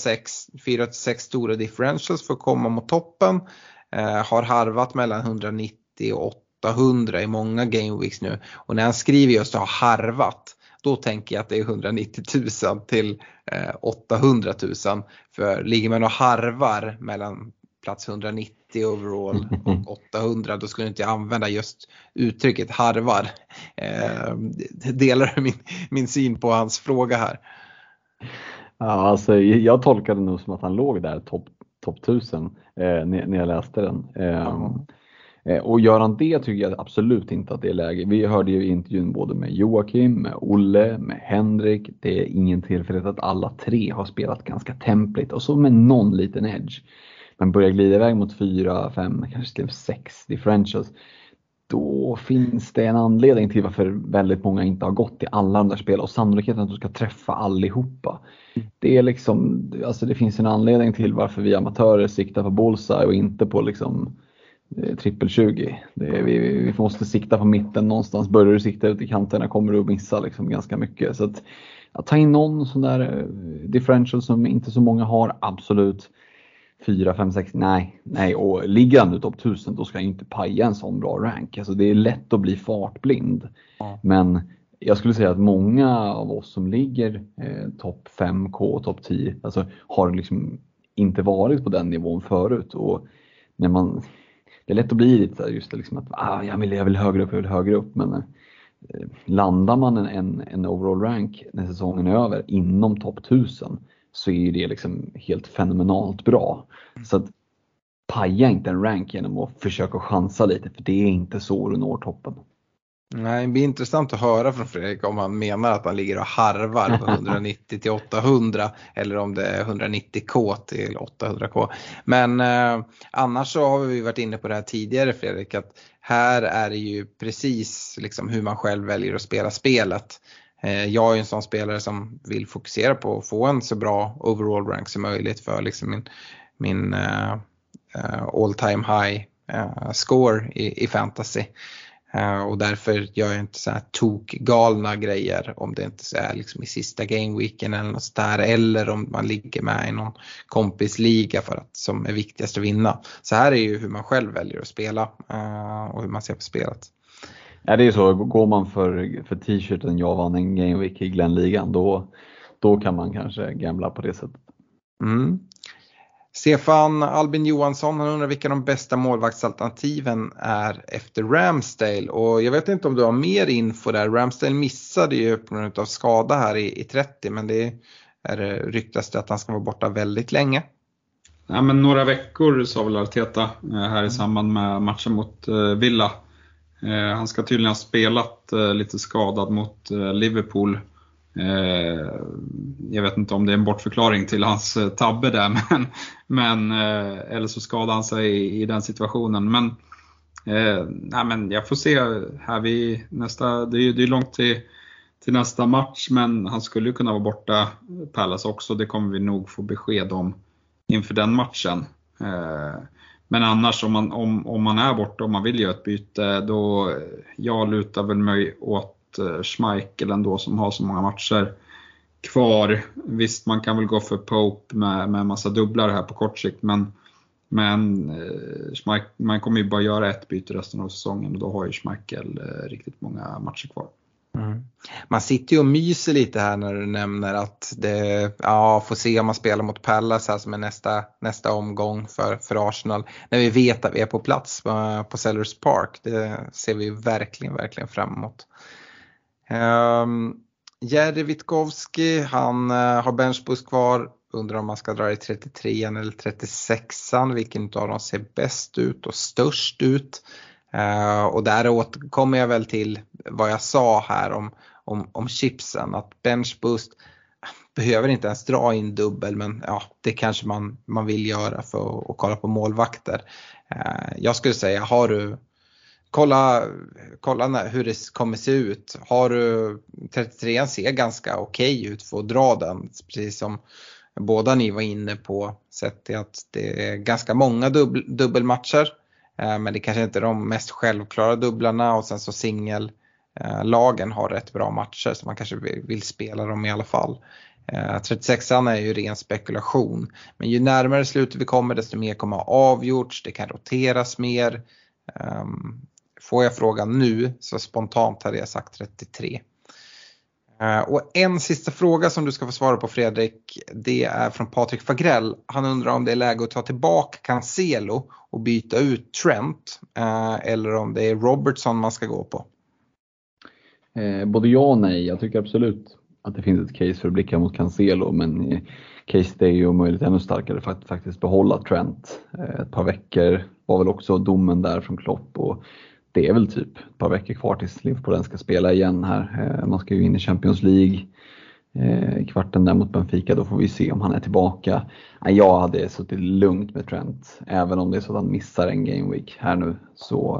4-6 stora differentials för att komma mot toppen. Har harvat mellan 190 och 800 i många game weeks nu. Och när han skriver just att ha harvat, då tänker jag att det är 190 000 till 800 000. För ligger man och harvar mellan plats 190 overall och 800, då skulle inte jag använda just uttrycket harvar. Delar du min syn på hans fråga här? Ja, alltså, jag tolkade nog som att han låg där topp 1000 när jag läste den. Och gör han det tycker jag absolut inte att det är läge. Vi hörde ju intervjun både med Joakim, med Olle, med Henrik. Det är ingen tillfällighet att alla tre har spelat ganska templigt och så med någon liten edge. Men börjar glida iväg mot 4, 5, kanske 6 differentials. Då finns det en anledning till varför väldigt många inte har gått i alla de där spel, och sannolikheten att du ska träffa allihopa. Det är liksom, alltså det finns en anledning till varför vi amatörer siktar på bullseye och inte på liksom trippel 20. Vi måste sikta på mitten någonstans. Börjar du sikta ut i kanterna kommer du att missa liksom ganska mycket. Så att ta in någon sån där differential som inte så många har, absolut. 4, 5, 6, nej. Och ligger han nu topp 1000, då ska jag inte paja en sån bra rank. Alltså det är lätt att bli fartblind. Men jag skulle säga att många av oss som ligger topp 5K, topp 10, alltså har liksom inte varit på den nivån förut. Och när det är lätt att bli lite just det, liksom att jag vill högre upp. Men landar man en overall rank när säsongen är över inom topp 1000, så är det liksom helt fenomenalt bra. Så att paja inte en rank genom att försöka chansa lite, för det är inte så du når toppen. Nej, det blir intressant att höra från Fredrik om han menar att han ligger och harvar på 190 till 800 eller om det är 190k till 800k. Men annars så har vi varit inne på det här tidigare, Fredrik, att här är det ju precis liksom hur man själv väljer att spela spelet. Jag är en sån spelare som vill fokusera på att få en så bra overall rank som möjligt för liksom min all time high score i fantasy. Och därför gör jag inte så här tokgalna grejer om det inte så är liksom i sista gameweeken eller något där, eller om man ligger med i någon kompisliga för att som är viktigast att vinna. Så här är ju hur man själv väljer att spela och hur man ser på spelet. Ja, det är så. Går man för t-shirten jag vann en gameweek i Glenligan, då kan man kanske gambla på det sättet. Stefan Albin Johansson, han undrar vilka de bästa målvaktsalternativen är efter Ramsdale. Och jag vet inte om du har mer info där. Ramsdale missade ju på grund av skada här i 30, men det ryktas att han ska vara borta väldigt länge. Ja, men några veckor sa väl Arteta här i samband med matchen mot Villa. Han ska tydligen ha spelat lite skadad mot Liverpool. Jag vet inte om det är en bortförklaring till hans tabbe där, men eller så skadade han sig i den situationen. Men jag får se här det är långt till nästa match, men han skulle ju kunna vara borta Palace också. Det kommer vi nog få besked om inför den matchen. Men annars om man är borta och man vill göra ett byte, då jag lutar väl mig åt Schmeichel ändå, som har så många matcher kvar. Visst, man kan väl gå för Pope med massa dubblar här på kort sikt, men man kommer ju bara göra ett byte resten av säsongen, och då har ju Schmeichel riktigt många matcher kvar. Man sitter ju och myser lite här när du nämner att får se om man spelar mot Palace här som är nästa omgång för Arsenal. När vi vet att vi är på plats på Sellers Park. Det ser vi verkligen fram emot. Jerry Witkowski, han har benchboost kvar undrar om man ska dra i 33an eller 36an. Vilken av dem ser bäst ut och störst ut. Och där återkommer jag väl till vad jag sa här om chipsen. Att bench boost behöver inte ens dra in dubbel, men ja, det kanske man vill göra för att kolla på målvakter. Jag skulle säga, har du kolla hur det kommer se ut. Har du 33an ser ganska okej ut för att dra den, precis som båda ni var inne på, sett till att det är ganska många dubbelmatcher. Men det kanske inte är de mest självklara dubblarna, och sen så singellagen har rätt bra matcher så man kanske vill spela dem i alla fall. 36an är ju ren spekulation, men ju närmare slutet vi kommer desto mer kommer avgjorts, det kan roteras mer. Får jag frågan nu så spontant hade jag sagt 33. Och en sista fråga som du ska få svara på, Fredrik, det är från Patrik Fagrell. Han undrar om det är läge att ta tillbaka Cancelo och byta ut Trent, eller om det är Robertson man ska gå på. Både ja och nej. Jag tycker absolut att det finns ett case för att blicka mot Cancelo, men case det är ju möjligt ännu starkare för att faktiskt behålla Trent. Ett par veckor var väl också domen där från Klopp, och det är väl typ ett par veckor kvar tills Liverpool ska spela igen här. Man ska ju in i Champions League kvarten där mot Benfica, då får vi se om han är tillbaka. Jag hade suttit lugnt med Trent, även om det är så att han missar en game week här nu, så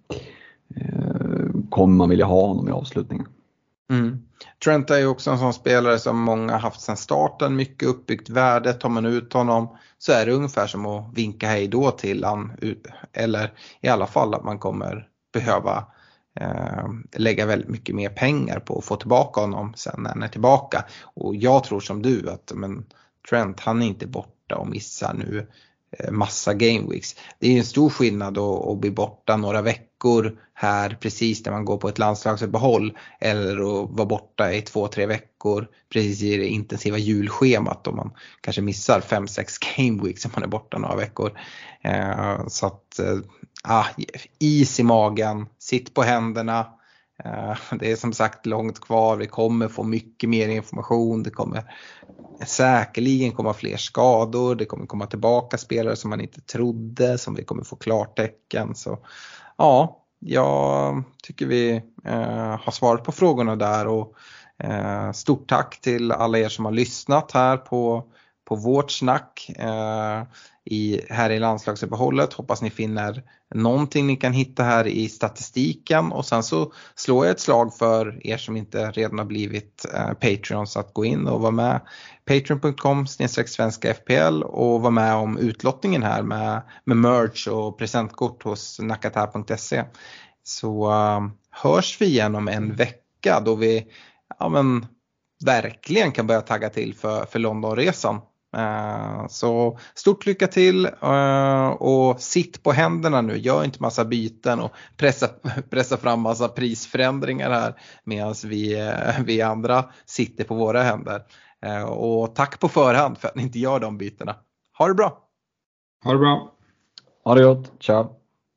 kommer man vilja ha honom i avslutningen. Trent är ju också en sån spelare som många har haft sedan starten, mycket uppbyggt värde. Tar man ut honom så är det ungefär som att vinka hej då till han, eller i alla fall att man kommer behöva lägga väldigt mycket mer pengar på att få tillbaka honom sen när han är tillbaka. Och jag tror som du att Trent, han är inte borta och missar nu massa game weeks. Det är en stor skillnad att bli borta några veckor här precis när man går på ett landslagsuppehåll, eller att vara borta i 2-3 veckor precis i det intensiva julschemat, om man kanske missar 5-6 game weeks om man är borta några veckor. Så att is i magen, sitt på händerna. Det är som sagt långt kvar, vi kommer få mycket mer information, det kommer säkerligen komma fler skador, det kommer komma tillbaka spelare som man inte trodde, som vi kommer få klartecken. Så ja, jag tycker vi har svarat på frågorna där, och stort tack till alla er som har lyssnat här på vårt snack här i landslagsuppehållet. Hoppas ni finner någonting ni kan hitta här i statistiken, och sen så slår jag ett slag för er som inte redan har blivit Patreons att gå in och vara med. Patreon.com/svenska FPL och vara med om utlottningen här med merch och presentkort hos nakata.se. Så hörs vi igen om en vecka då vi verkligen kan börja tagga till för Londonresan. Så stort lycka till, och sitt på händerna nu, gör inte massa byten och pressa fram massa prisförändringar här medan vi andra sitter på våra händer. Och tack på förhand för att ni inte gör de bytena. Ha det bra! Ha det bra! Ha det gott, ciao!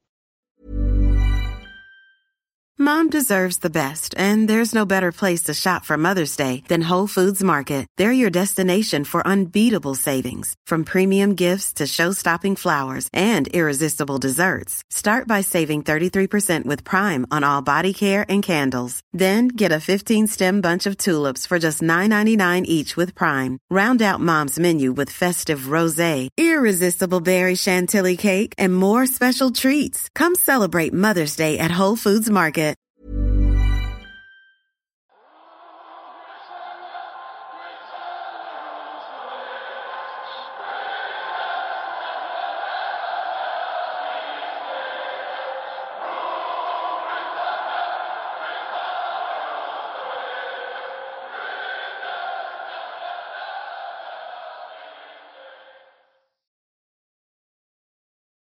Mom deserves the best, and there's no better place to shop for Mother's Day than Whole Foods Market. They're your destination for unbeatable savings, from premium gifts to show-stopping flowers and irresistible desserts. Start by saving 33% with Prime on all body care and candles. Then get a 15-stem bunch of tulips for just $9.99 each with Prime. Round out Mom's menu with festive rosé, irresistible berry chantilly cake, and more special treats. Come celebrate Mother's Day at Whole Foods Market.